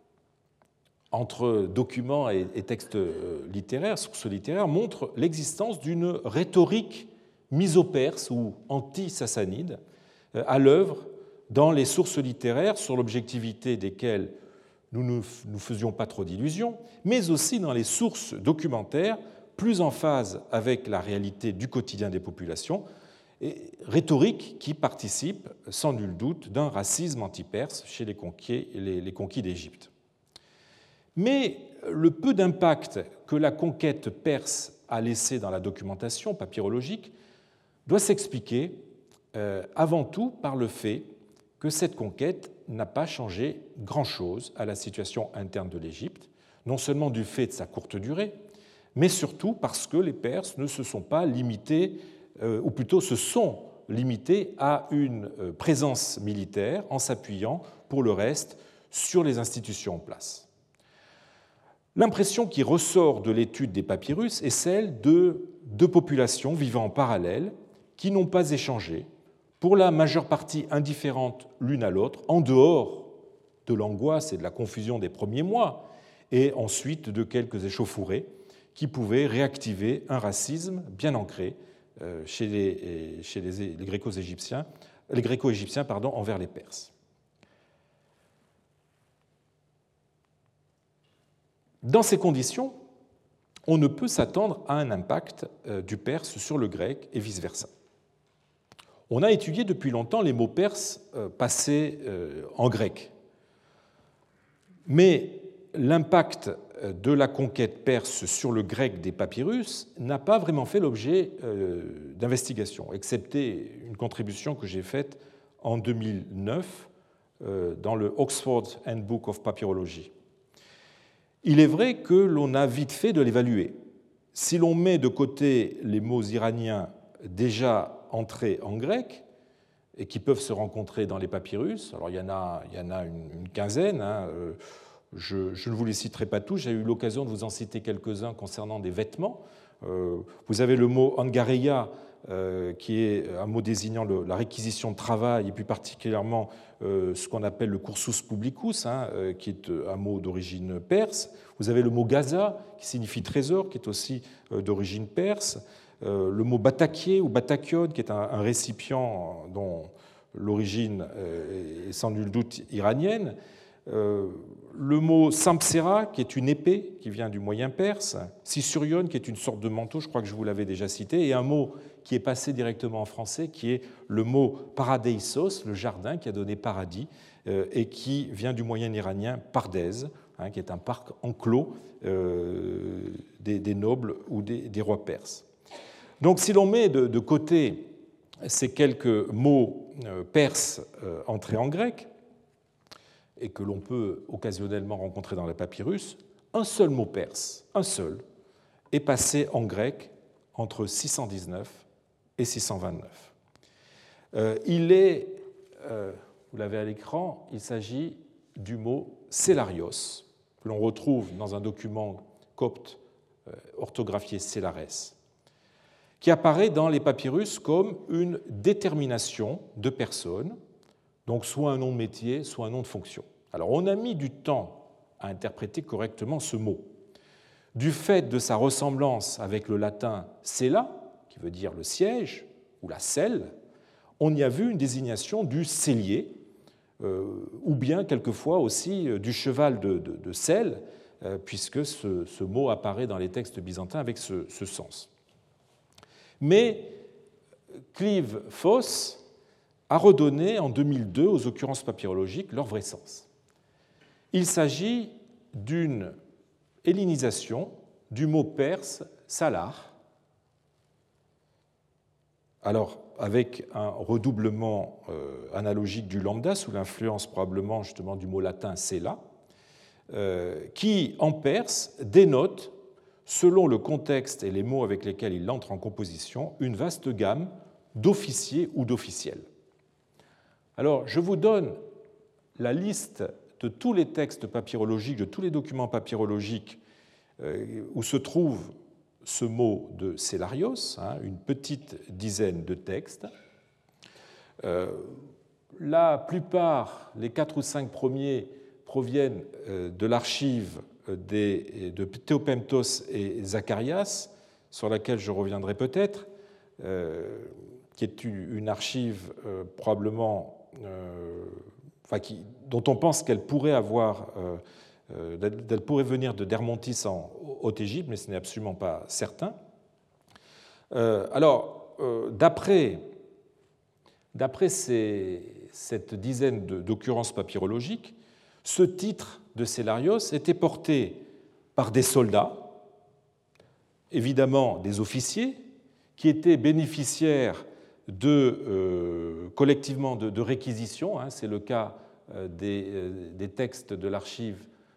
entre documents et textes littéraires, sources littéraires, montrent l'existence d'une rhétorique miso-perse ou anti-sassanide à l'œuvre dans les sources littéraires sur l'objectivité desquelles nous ne nous faisions pas trop d'illusions, mais aussi dans les sources documentaires plus en phase avec la réalité du quotidien des populations, et rhétorique qui participe sans nul doute d'un racisme anti-perse chez les conquis, les, les conquis d'Égypte. Mais le peu d'impact que la conquête perse a laissé dans la documentation papyrologique doit s'expliquer euh, avant tout par le fait que cette conquête n'a pas changé grand-chose à la situation interne de l'Égypte, non seulement du fait de sa courte durée, mais surtout parce que les Perses ne se sont pas limités, euh, ou plutôt se sont limités à une présence militaire en s'appuyant, pour le reste, sur les institutions en place. L'impression qui ressort de l'étude des papyrus est celle de deux populations vivant en parallèle qui n'ont pas échangé, pour la majeure partie indifférentes l'une à l'autre, en dehors de l'angoisse et de la confusion des premiers mois, et ensuite de quelques échauffourées qui pouvaient réactiver un racisme bien ancré chez les, chez les, les gréco-égyptiens, les gréco-égyptiens pardon, envers les Perses. Dans ces conditions, on ne peut s'attendre à un impact du perse sur le grec et vice-versa. On a étudié depuis longtemps les mots perses passés en grec, mais l'impact de la conquête perse sur le grec des papyrus n'a pas vraiment fait l'objet d'investigation, excepté une contribution que j'ai faite en deux mille neuf dans le Oxford Handbook of Papyrology. Il est vrai que l'on a vite fait de l'évaluer. Si l'on met de côté les mots iraniens déjà entrés en grec et qui peuvent se rencontrer dans les papyrus, alors il y en a, il y en a une, une quinzaine, hein, euh, je, je ne vous les citerai pas tous, j'ai eu l'occasion de vous en citer quelques-uns concernant des vêtements. Euh, vous avez le mot angareia, euh, qui est un mot désignant le, la réquisition de travail, et plus particulièrement euh, ce qu'on appelle le cursus publicus, hein, euh, qui est un mot d'origine perse. Vous avez le mot gaza, qui signifie trésor, qui est aussi euh, d'origine perse. Euh, le mot batakié ou batakion, qui est un, un récipient dont l'origine euh, est sans nul doute iranienne. Euh, le mot sampsera, qui est une épée, qui vient du moyen perse, sisurion, qui est une sorte de manteau, je crois que je vous l'avais déjà cité, et un mot qui est passé directement en français, qui est le mot paradeisos, le jardin, qui a donné paradis, euh, et qui vient du moyen iranien pardèse, hein, qui est un parc enclos euh, des, des nobles ou des, des rois perses. Donc si l'on met de, de côté ces quelques mots euh, perses euh, entrés en grec, et que l'on peut occasionnellement rencontrer dans les papyrus, un seul mot perse, un seul, est passé en grec entre six cent dix-neuf et six cent vingt-neuf. Euh, il est, euh, vous l'avez à l'écran, il s'agit du mot Célarios, que l'on retrouve dans un document copte euh, orthographié Célarès, qui apparaît dans les papyrus comme une détermination de personne, donc soit un nom de métier, soit un nom de fonction. Alors on a mis du temps à interpréter correctement ce mot. Du fait de sa ressemblance avec le latin cella, qui veut dire le siège ou la selle, on y a vu une désignation du cellier, euh, ou bien quelquefois aussi euh, du cheval de, de, de selle, euh, puisque ce, ce mot apparaît dans les textes byzantins avec ce, ce sens. Mais Clive Foss a redonné en deux mille deux aux occurrences papyrologiques leur vrai sens. Il s'agit d'une hellénisation du mot perse salar, alors avec un redoublement euh, analogique du lambda sous l'influence probablement justement du mot latin sela, euh, qui en perse dénote, selon le contexte et les mots avec lesquels il entre en composition, une vaste gamme d'officiers ou d'officiels. Alors, je vous donne la liste de tous les textes papyrologiques, de tous les documents papyrologiques où se trouve ce mot de Célarios, hein, une petite dizaine de textes. Euh, la plupart, les quatre ou cinq premiers, proviennent de l'archive des, de Théopemptos et Zacharias, sur laquelle je reviendrai peut-être, euh, qui est une archive euh, probablement, euh, enfin, qui, dont on pense qu'elle pourrait avoir, euh, euh, elle pourrait venir de Dermontis en Haute-Égypte, mais ce n'est absolument pas certain. Euh, alors, euh, d'après, d'après ces, cette dizaine d'occurrences papyrologiques, ce titre de Célarios était porté par des soldats, évidemment des officiers, qui étaient bénéficiaires de, euh, collectivement de, de réquisitions. Hein, c'est le cas euh, des, euh, des textes de l'archive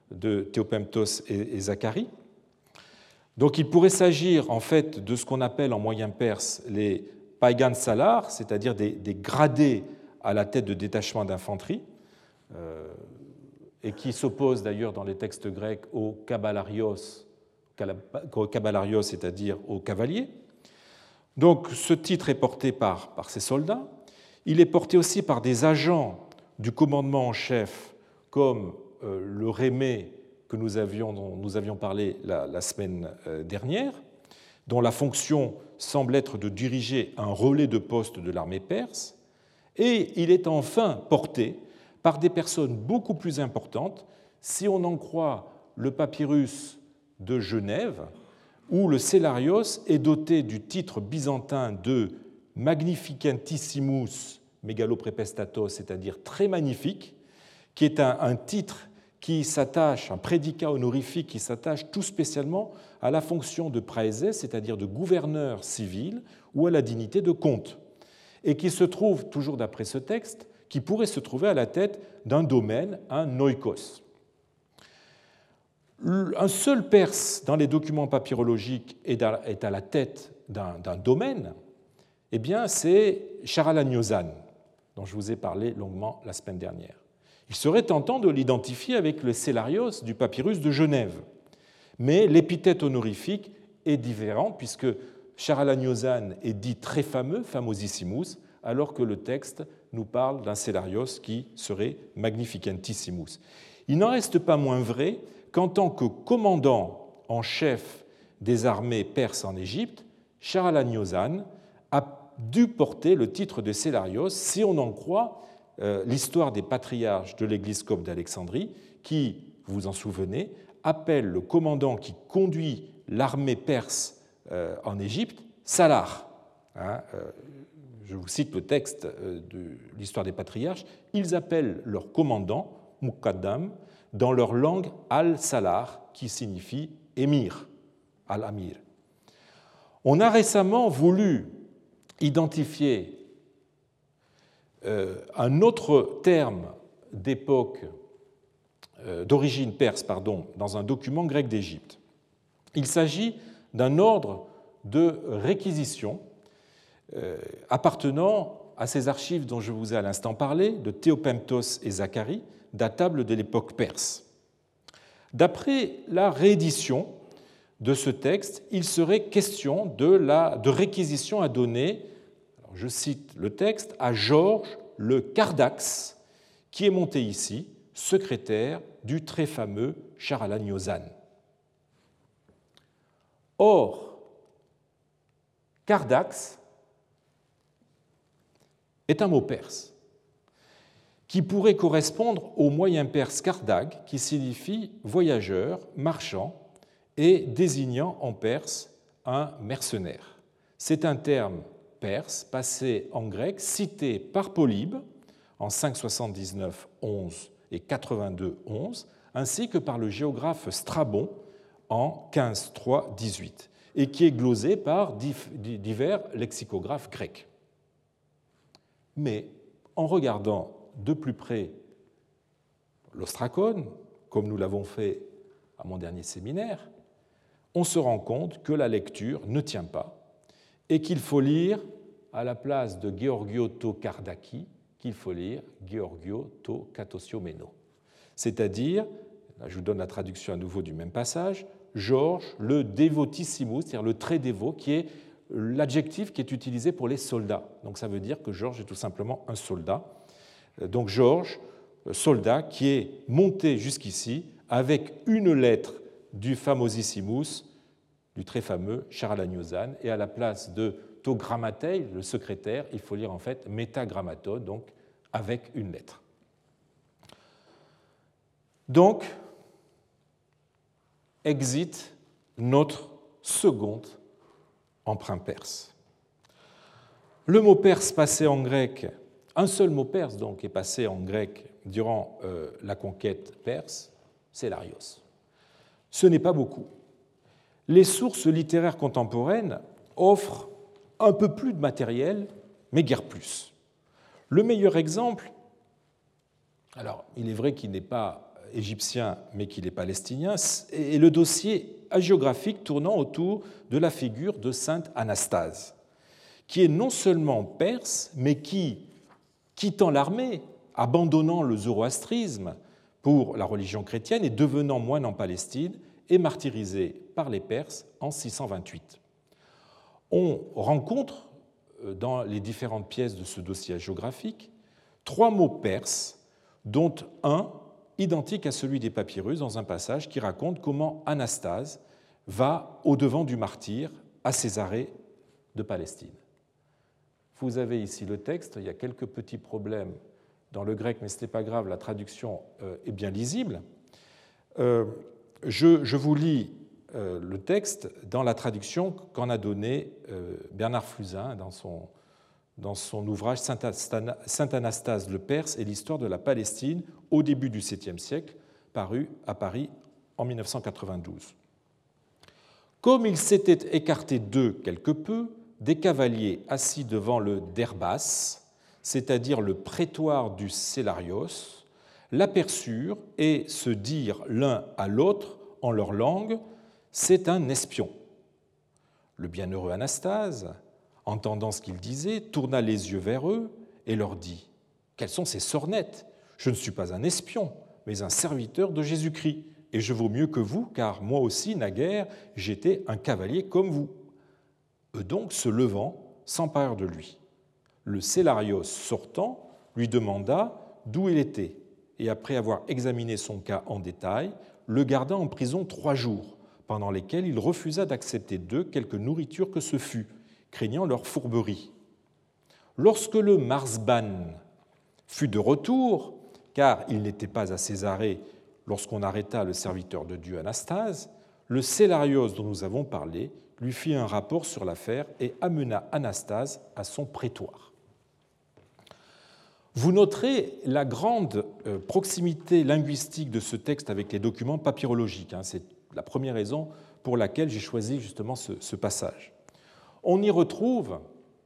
de Théopemptos et Zacharie. Donc il pourrait s'agir en fait de ce qu'on appelle en moyen perse les paigan salar, c'est-à-dire des, des gradés à la tête de détachements d'infanterie, euh, et qui s'opposent d'ailleurs dans les textes grecs aux kabbalarios, aux kabbalarios, c'est-à-dire aux cavaliers. Donc ce titre est porté par, par ces soldats. Il est porté aussi par des agents du commandement en chef, comme euh, le rémé que nous avions, dont nous avions parlé la, la semaine dernière, dont la fonction semble être de diriger un relais de poste de l'armée perse, et il est enfin porté par des personnes beaucoup plus importantes, si on en croit le papyrus de Genève, où le Cellarios est doté du titre byzantin de Magnificentissimus megaloprepestatos, c'est-à-dire très magnifique, qui est un, un titre qui s'attache, un prédicat honorifique qui s'attache tout spécialement à la fonction de praesès, c'est-à-dire de gouverneur civil, ou à la dignité de comte, et qui se trouve, toujours d'après ce texte, qui pourrait se trouver à la tête d'un domaine, un oikos. Un seul Perse dans les documents papyrologiques est à la tête d'un domaine, eh bien c'est Charalaniozan, dont je vous ai parlé longuement la semaine dernière. Il serait tentant de l'identifier avec le Cellarios du papyrus de Genève, mais l'épithète honorifique est différente puisque Charalaniozan est dit très fameux, famosissimus, alors que le texte nous parle d'un Cellarios qui serait magnificentissimus. Il n'en reste pas moins vrai qu'en tant que commandant en chef des armées perses en Égypte, Charalaniozan a dû porter le titre de Cellarios, si on en croit euh, l'histoire des patriarches de l'Église copte d'Alexandrie, qui, vous vous en souvenez, appelle le commandant qui conduit l'armée perse euh, en Égypte Salar. Hein, euh, je vous cite le texte de l'histoire des patriarches. Ils appellent leur commandant, Muqaddam, dans leur langue Al-Salar, qui signifie émir, Al-Amir. On a récemment voulu identifier un autre terme d'époque, d'origine perse, pardon, dans un document grec d'Égypte. Il s'agit d'un ordre de réquisition appartenant à ces archives dont je vous ai à l'instant parlé, de Théopemptos et Zacharie, datables de l'époque perse. D'après la réédition de ce texte, il serait question de, la, de réquisition à donner, alors je cite le texte, à Georges le Cardax, qui est monté ici, secrétaire du très fameux Charalaniozan. Or, Cardax est un mot perse qui pourrait correspondre au moyen perse Kardag, qui signifie voyageur, marchand, et désignant en perse un mercenaire. C'est un terme perse passé en grec, cité par Polybe en cinq cent soixante-dix-neuf onze et quatre-vingt-deux onze, ainsi que par le géographe Strabon en quinze trois dix-huit, et qui est glosé par divers lexicographes grecs. Mais en regardant de plus près l'ostracone, comme nous l'avons fait à mon dernier séminaire, on se rend compte que la lecture ne tient pas et qu'il faut lire, à la place de Georgio to Kardaki, qu'il faut lire Georgio to Katosiomeno. C'est-à-dire, là je vous donne la traduction à nouveau du même passage, Georges le dévotissimus, c'est-à-dire le très dévot, qui est l'adjectif qui est utilisé pour les soldats. Donc ça veut dire que Georges est tout simplement un soldat. Donc Georges, soldat, qui est monté jusqu'ici avec une lettre du famosissimus, du très fameux Charalaniozan, et à la place de to grammatei, le secrétaire, il faut lire en fait métagrammaton, donc avec une lettre. Donc, exit notre second emprunt perse. Le mot perse passé en grec, un seul mot perse donc est passé en grec durant euh, la conquête perse, c'est l'arios. Ce n'est pas beaucoup. Les sources littéraires contemporaines offrent un peu plus de matériel, mais guère plus. Le meilleur exemple, alors il est vrai qu'il n'est pas égyptien, mais qu'il est palestinien, et le dossier hagiographique tournant autour de la figure de sainte Anastase, qui est non seulement perse, mais qui, quittant l'armée, abandonnant le zoroastrisme pour la religion chrétienne et devenant moine en Palestine, est martyrisé par les Perses en six cent vingt-huit. On rencontre dans les différentes pièces de ce dossier hagiographique trois mots perses, dont un identique à celui des papyrus dans un passage qui raconte comment Anastase va au-devant du martyr à Césarée de Palestine. Vous avez ici le texte, il y a quelques petits problèmes dans le grec, mais ce n'est pas grave, la traduction est bien lisible. Je, je vous lis le texte dans la traduction qu'en a donnée Bernard Fusain dans son, dans son ouvrage Sainte Anastase le Perse et l'histoire de la Palestine au début du septième siècle, paru à Paris en mille neuf cent quatre-vingt-douze. Comme il s'était écarté d'eux quelque peu, des cavaliers assis devant le derbas, c'est-à-dire le prétoire du Célarios, l'aperçurent et se dirent l'un à l'autre en leur langue « C'est un espion ». Le bienheureux Anastase, entendant ce qu'ils disaient, tourna les yeux vers eux et leur dit « Quelles sont ces sornettes ? Je ne suis pas un espion, mais un serviteur de Jésus-Christ, et je vaux mieux que vous, car moi aussi, naguère, j'étais un cavalier comme vous. » Eux donc, se levant, s'emparèrent de lui. Le Célarios sortant lui demanda d'où il était, et après avoir examiné son cas en détail, le garda en prison trois jours, pendant lesquels il refusa d'accepter d'eux quelque nourriture que ce fût, craignant leur fourberie. Lorsque le Marsban fut de retour, car il n'était pas à Césarée lorsqu'on arrêta le serviteur de Dieu Anastase, le Célarios dont nous avons parlé lui fit un rapport sur l'affaire et amena Anastase à son prétoire. Vous noterez la grande proximité linguistique de ce texte avec les documents papyrologiques. C'est la première raison pour laquelle j'ai choisi justement ce, ce passage. On y retrouve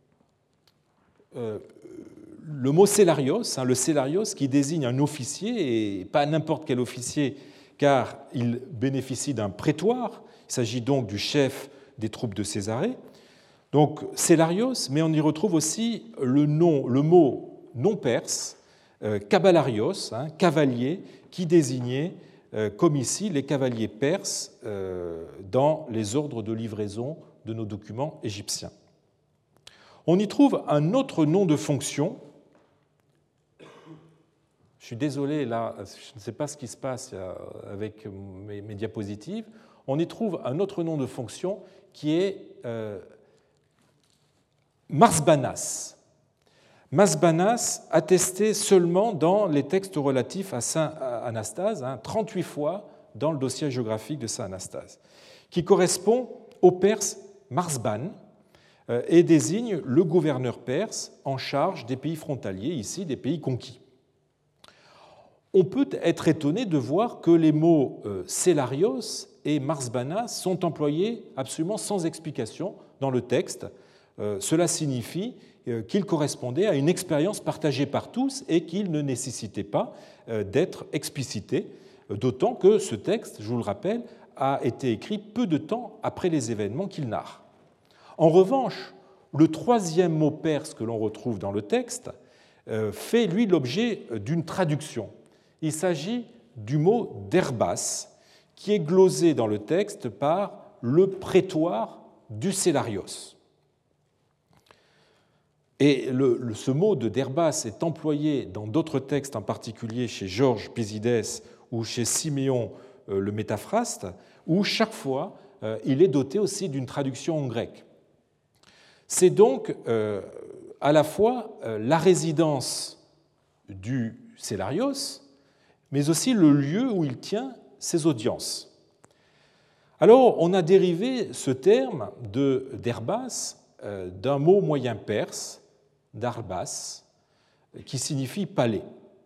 euh, le mot Célarios, hein, le Célarios qui désigne un officier, et pas n'importe quel officier, car il bénéficie d'un prétoire. Il s'agit donc du chef des troupes de Césarée. Donc Célarios, mais on y retrouve aussi le, nom, le mot non perse, euh, Kabalarios, hein, cavalier, qui désignait, euh, comme ici, les cavaliers perses euh, dans les ordres de livraison de nos documents égyptiens. On y trouve un autre nom de fonction. Je suis désolé, là, je ne sais pas ce qui se passe avec mes, mes diapositives. On y trouve un autre nom de fonction qui est euh, Marsbanas. Marsbanas attesté seulement dans les textes relatifs à Saint Anastase, hein, trente-huit fois dans le dossier géographique de Saint Anastase, qui correspond au perse Marsban euh, et désigne le gouverneur perse en charge des pays frontaliers, ici des pays conquis. On peut être étonné de voir que les mots euh, Célarios et Marsbanas sont employés absolument sans explication dans le texte. Euh, cela signifie euh, qu'ils correspondaient à une expérience partagée par tous et qu'ils ne nécessitaient pas euh, d'être explicités, d'autant que ce texte, je vous le rappelle, a été écrit peu de temps après les événements qu'il narre. En revanche, le troisième mot perse que l'on retrouve dans le texte euh, fait, lui, l'objet d'une traduction. Il s'agit du mot derbas, qui est glosé dans le texte par le prétoire du Célarios. Et le, le, ce mot de derbas est employé dans d'autres textes, en particulier chez Georges Pésides ou chez Siméon euh, le Métaphraste, où chaque fois euh, il est doté aussi d'une traduction en grec. C'est donc euh, à la fois euh, la résidence du Célarios, mais aussi le lieu où il tient ses audiences. Alors, on a dérivé ce terme de derbas euh, d'un mot moyen perse, darbas, qui signifie palais.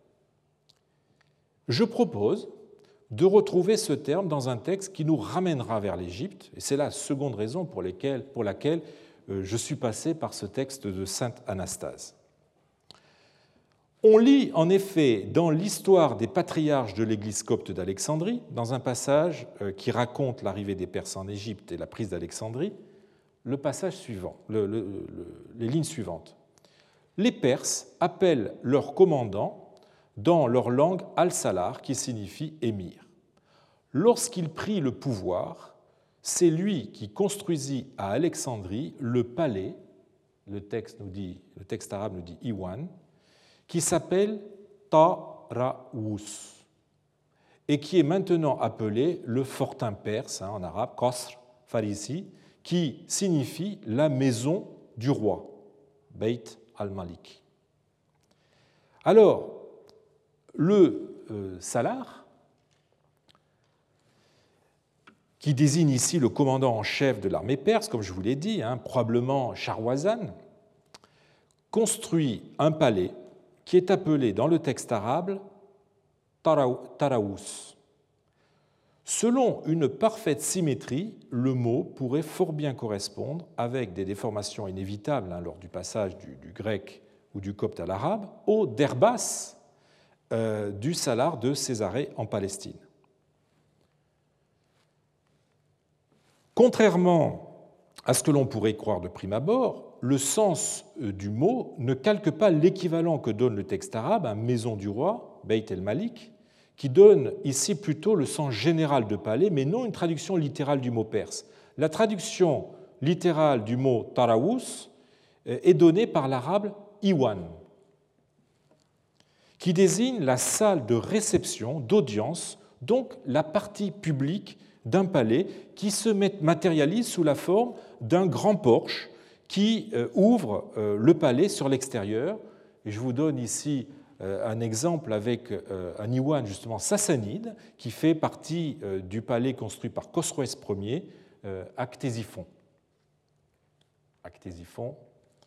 Je propose de retrouver ce terme dans un texte qui nous ramènera vers l'Égypte, et c'est la seconde raison pour, lesquelles, pour laquelle euh, je suis passé par ce texte de sainte Anastase. On lit en effet dans l'histoire des patriarches de l'Église copte d'Alexandrie, dans un passage qui raconte l'arrivée des Perses en Égypte et la prise d'Alexandrie, le passage suivant, le, le, le, les lignes suivantes. Les Perses appellent leur commandant dans leur langue Al-Salar, qui signifie émir. Lorsqu'il prit le pouvoir, c'est lui qui construisit à Alexandrie le palais, le texte, nous dit, le texte arabe nous dit Iwan, qui s'appelle Taraous et qui est maintenant appelé le fortin perse, hein, en arabe, Qasr Farisi, qui signifie la maison du roi, Beit al-Malik. Alors, le euh, Salar, qui désigne ici le commandant en chef de l'armée perse, comme je vous l'ai dit, hein, probablement Charwazan, construit un palais qui est appelé dans le texte arabe Taraous. Selon une parfaite symétrie, le mot pourrait fort bien correspondre, avec des déformations inévitables hein, lors du passage du, du grec ou du copte à l'arabe, au derbas euh, du Salar de Césarée en Palestine. Contrairement à ce que l'on pourrait croire de prime abord, le sens du mot ne calque pas l'équivalent que donne le texte arabe, hein, maison du roi, Beit el-Malik, qui donne ici plutôt le sens général de palais, mais non une traduction littérale du mot perse. La traduction littérale du mot Taraous est donnée par l'arabe Iwan, qui désigne la salle de réception, d'audience, donc la partie publique d'un palais qui se matérialise sous la forme d'un grand porche qui ouvre le palais sur l'extérieur. Et je vous donne ici un exemple avec un Iwan justement sassanide qui fait partie du palais construit par Khosroès Ier à Ctésiphon. À Ctésiphon.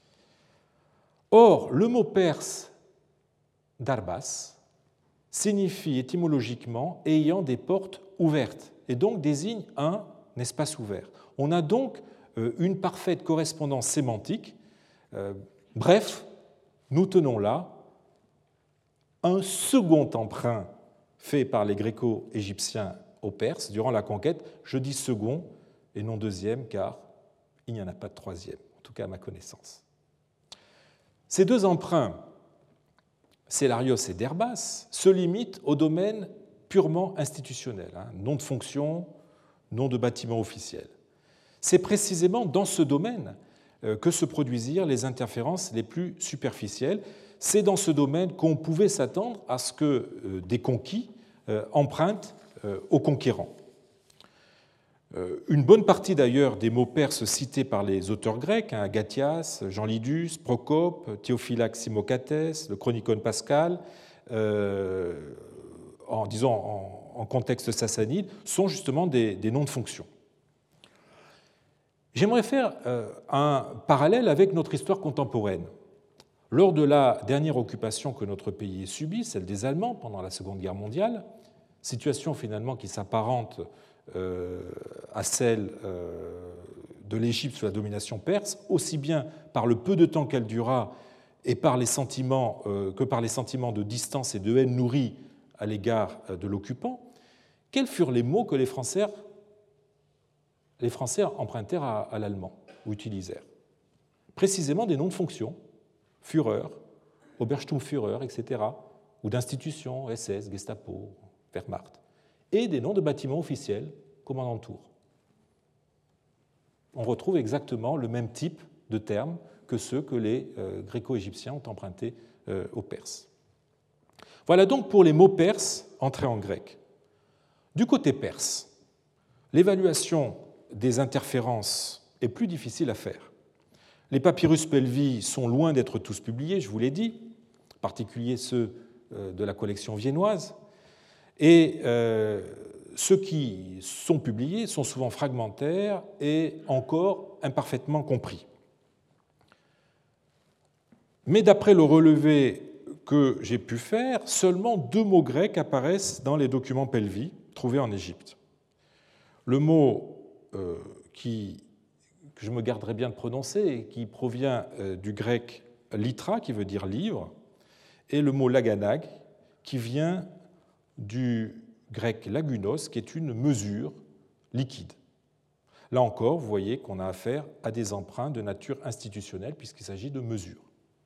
Or, le mot perse darbas signifie étymologiquement ayant des portes ouvertes et donc désigne un espace ouvert. On a donc une parfaite correspondance sémantique. Bref, nous tenons là un second emprunt fait par les Gréco-Égyptiens aux Perses durant la conquête. Je dis second et non deuxième, car il n'y en a pas de troisième, en tout cas à ma connaissance. Ces deux emprunts, Célarios et Derbas, se limitent au domaine purement institutionnel, hein, nom de fonction, nom de bâtiment officiel. C'est précisément dans ce domaine que se produisirent les interférences les plus superficielles. C'est dans ce domaine qu'on pouvait s'attendre à ce que des conquis empruntent aux conquérants. Une bonne partie d'ailleurs des mots perses cités par les auteurs grecs, hein, Agathias, Jean Lydus, Procope, Théophylax Simocates, le Chronicon Pascal, euh, en, disons, en, en contexte sassanide, sont justement des, des noms de fonction. J'aimerais faire euh, un parallèle avec notre histoire contemporaine. Lors de la dernière occupation que notre pays ait subie, celle des Allemands pendant la Seconde Guerre mondiale, situation finalement qui s'apparente euh, à celle euh, de l'Égypte sous la domination perse, aussi bien par le peu de temps qu'elle dura et par les sentiments, euh, que par les sentiments de distance et de haine nourris à l'égard de l'occupant. Quels furent les mots que les Français, les Français empruntèrent à, à l'allemand ou utilisèrent? Précisément des noms de fonctions, Führer, Obersturmführer, et cetera, ou d'institutions, S S, Gestapo, Wehrmacht, et des noms de bâtiments officiels, Kommandantur. On retrouve exactement le même type de termes que ceux que les euh, Gréco-Égyptiens ont empruntés euh, aux Perses. Voilà donc pour les mots perses entrés en grec. Du côté perse, l'évaluation des interférences est plus difficile à faire. Les papyrus Pelvi sont loin d'être tous publiés, je vous l'ai dit, en particulier ceux de la collection viennoise, et euh, ceux qui sont publiés sont souvent fragmentaires et encore imparfaitement compris. Mais d'après le relevé que j'ai pu faire, seulement deux mots grecs apparaissent dans les documents Pelvi trouvés en Égypte. Le mot euh, qui que je me garderai bien de prononcer, et qui provient du grec litra, qui veut dire livre, est le mot laganag, qui vient du grec lagunos, qui est une mesure liquide. Là encore, vous voyez qu'on a affaire à des emprunts de nature institutionnelle, puisqu'il s'agit de mesures.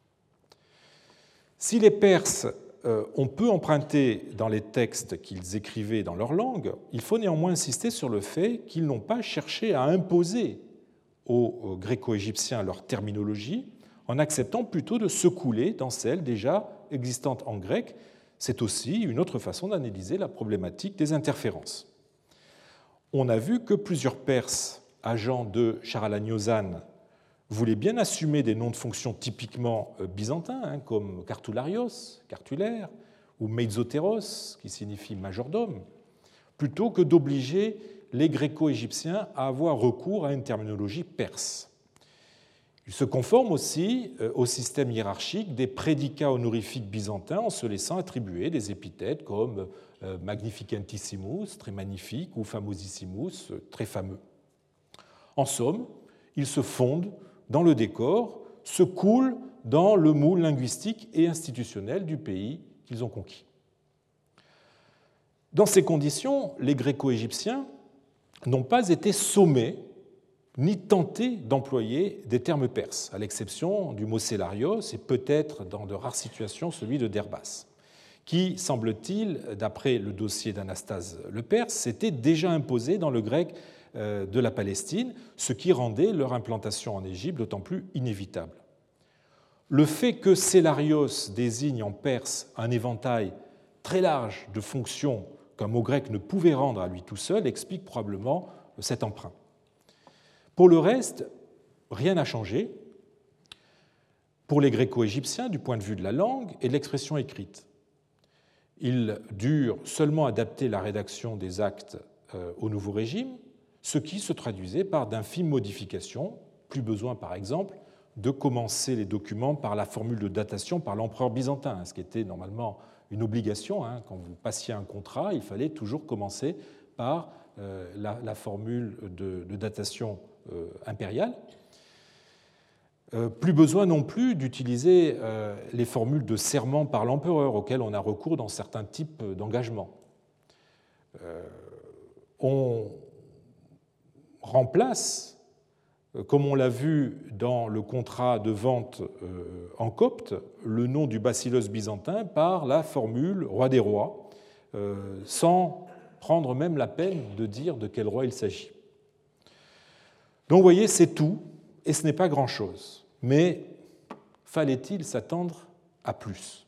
Si les Perses euh, ont peu emprunté dans les textes qu'ils écrivaient dans leur langue, il faut néanmoins insister sur le fait qu'ils n'ont pas cherché à imposer aux gréco-égyptiens leur terminologie, en acceptant plutôt de se couler dans celle déjà existante en grec. C'est aussi une autre façon d'analyser la problématique des interférences. On a vu que plusieurs Perses, agents de Charalaniozan, voulaient bien assumer des noms de fonctions typiquement byzantins, hein, comme Cartularios, cartulaire, ou Meizoteros, qui signifie majordome, plutôt que d'obliger les gréco-égyptiens à avoir recours à une terminologie perse. Ils se conforment aussi au système hiérarchique des prédicats honorifiques byzantins en se laissant attribuer des épithètes comme magnificentissimus, très magnifique, ou famosissimus, très fameux. En somme, ils se fondent dans le décor, se coulent dans le moule linguistique et institutionnel du pays qu'ils ont conquis. Dans ces conditions, les gréco-égyptiens n'ont pas été sommés ni tentés d'employer des termes perses, à l'exception du mot célarios et peut-être dans de rares situations celui de derbas, qui, semble-t-il, d'après le dossier d'Anastase le Perse, s'était déjà imposé dans le grec de la Palestine, ce qui rendait leur implantation en Égypte d'autant plus inévitable. Le fait que célarios désigne en perse un éventail très large de fonctions qu'un mot grec ne pouvait rendre à lui tout seul explique probablement cet emprunt. Pour le reste, rien n'a changé pour les gréco-égyptiens du point de vue de la langue et de l'expression écrite. Ils durent seulement adapter la rédaction des actes au nouveau régime, ce qui se traduisait par d'infimes modifications. Plus besoin, par exemple, de commencer les documents par la formule de datation par l'empereur byzantin, ce qui était normalement une obligation. Hein. Quand vous passiez un contrat, il fallait toujours commencer par euh, la, la formule de, de datation euh, impériale. Euh, plus besoin non plus d'utiliser euh, les formules de serment par l'empereur auxquelles on a recours dans certains types d'engagements. Euh, on remplace, comme on l'a vu dans le contrat de vente en copte, le nom du basileus byzantin par la formule roi des rois, sans prendre même la peine de dire de quel roi il s'agit. Donc vous voyez, c'est tout, et ce n'est pas grand-chose. Mais fallait-il s'attendre à plus?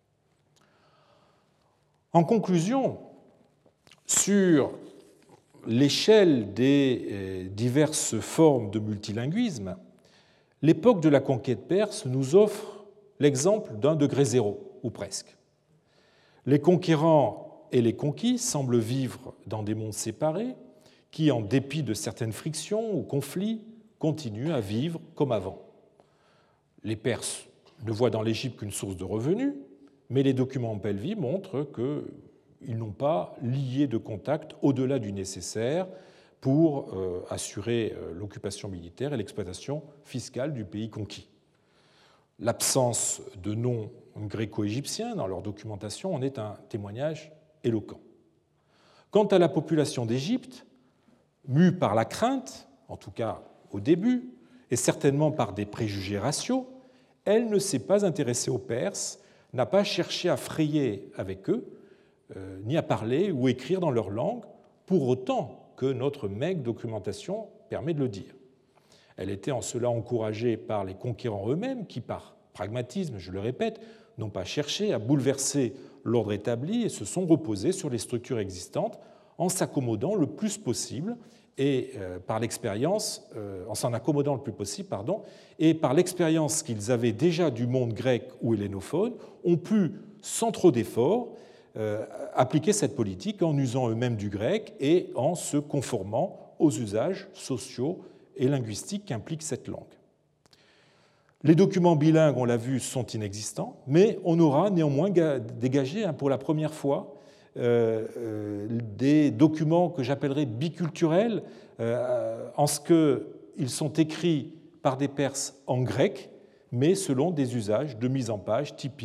En conclusion, sur l'échelle des diverses formes de multilinguisme, l'époque de la conquête perse nous offre l'exemple d'un degré zéro, ou presque. Les conquérants et les conquis semblent vivre dans des mondes séparés qui, en dépit de certaines frictions ou conflits, continuent à vivre comme avant. Les Perses ne voient dans l'Égypte qu'une source de revenus, mais les documents en Pelvis montrent que ils n'ont pas lié de contact au-delà du nécessaire pour euh, assurer euh, l'occupation militaire et l'exploitation fiscale du pays conquis. L'absence de noms gréco-égyptiens dans leur documentation en est un témoignage éloquent. Quant à la population d'Égypte, mue par la crainte, en tout cas au début, et certainement par des préjugés raciaux, elle ne s'est pas intéressée aux Perses, n'a pas cherché à frayer avec eux, Euh, ni à parler ou écrire dans leur langue, pour autant que notre maigre documentation permet de le dire. Elle était en cela encouragée par les conquérants eux-mêmes qui, par pragmatisme, je le répète, n'ont pas cherché à bouleverser l'ordre établi et se sont reposés sur les structures existantes en s'accommodant le plus possible et euh, par l'expérience, euh, en s'en accommodant le plus possible, pardon, et par l'expérience qu'ils avaient déjà du monde grec ou hellénophone, ont pu, sans trop d'efforts, Euh, appliquer cette politique en usant eux-mêmes du grec et en se conformant aux usages sociaux et linguistiques qu'implique cette langue. Les documents bilingues, on l'a vu, sont inexistants, mais on aura néanmoins dégagé hein, pour la première fois euh, euh, des documents que j'appellerais biculturels euh, en ce qu'ils sont écrits par des Perses en grec, mais selon des usages de mise en page typiques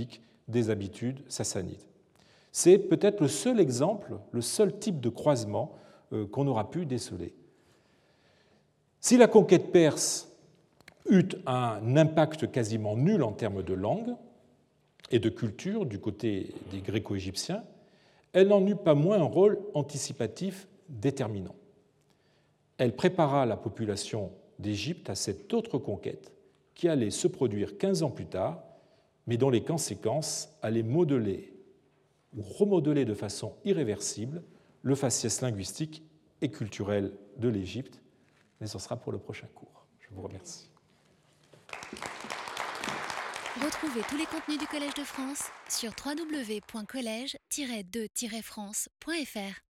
des habitudes sassanides. C'est peut-être le seul exemple, le seul type de croisement euh, qu'on aura pu déceler. Si la conquête perse eut un impact quasiment nul en termes de langue et de culture du côté des Gréco-Égyptiens, elle n'en eut pas moins un rôle anticipatif déterminant. Elle prépara la population d'Égypte à cette autre conquête qui allait se produire quinze ans plus tard, mais dont les conséquences allaient modeler ou remodeler de façon irréversible le faciès linguistique et culturel de l'Égypte. Mais ce sera pour le prochain cours. Je vous remercie.
Retrouvez tous les contenus du Collège de France sur w w w point collège tiret de tiret france point f r.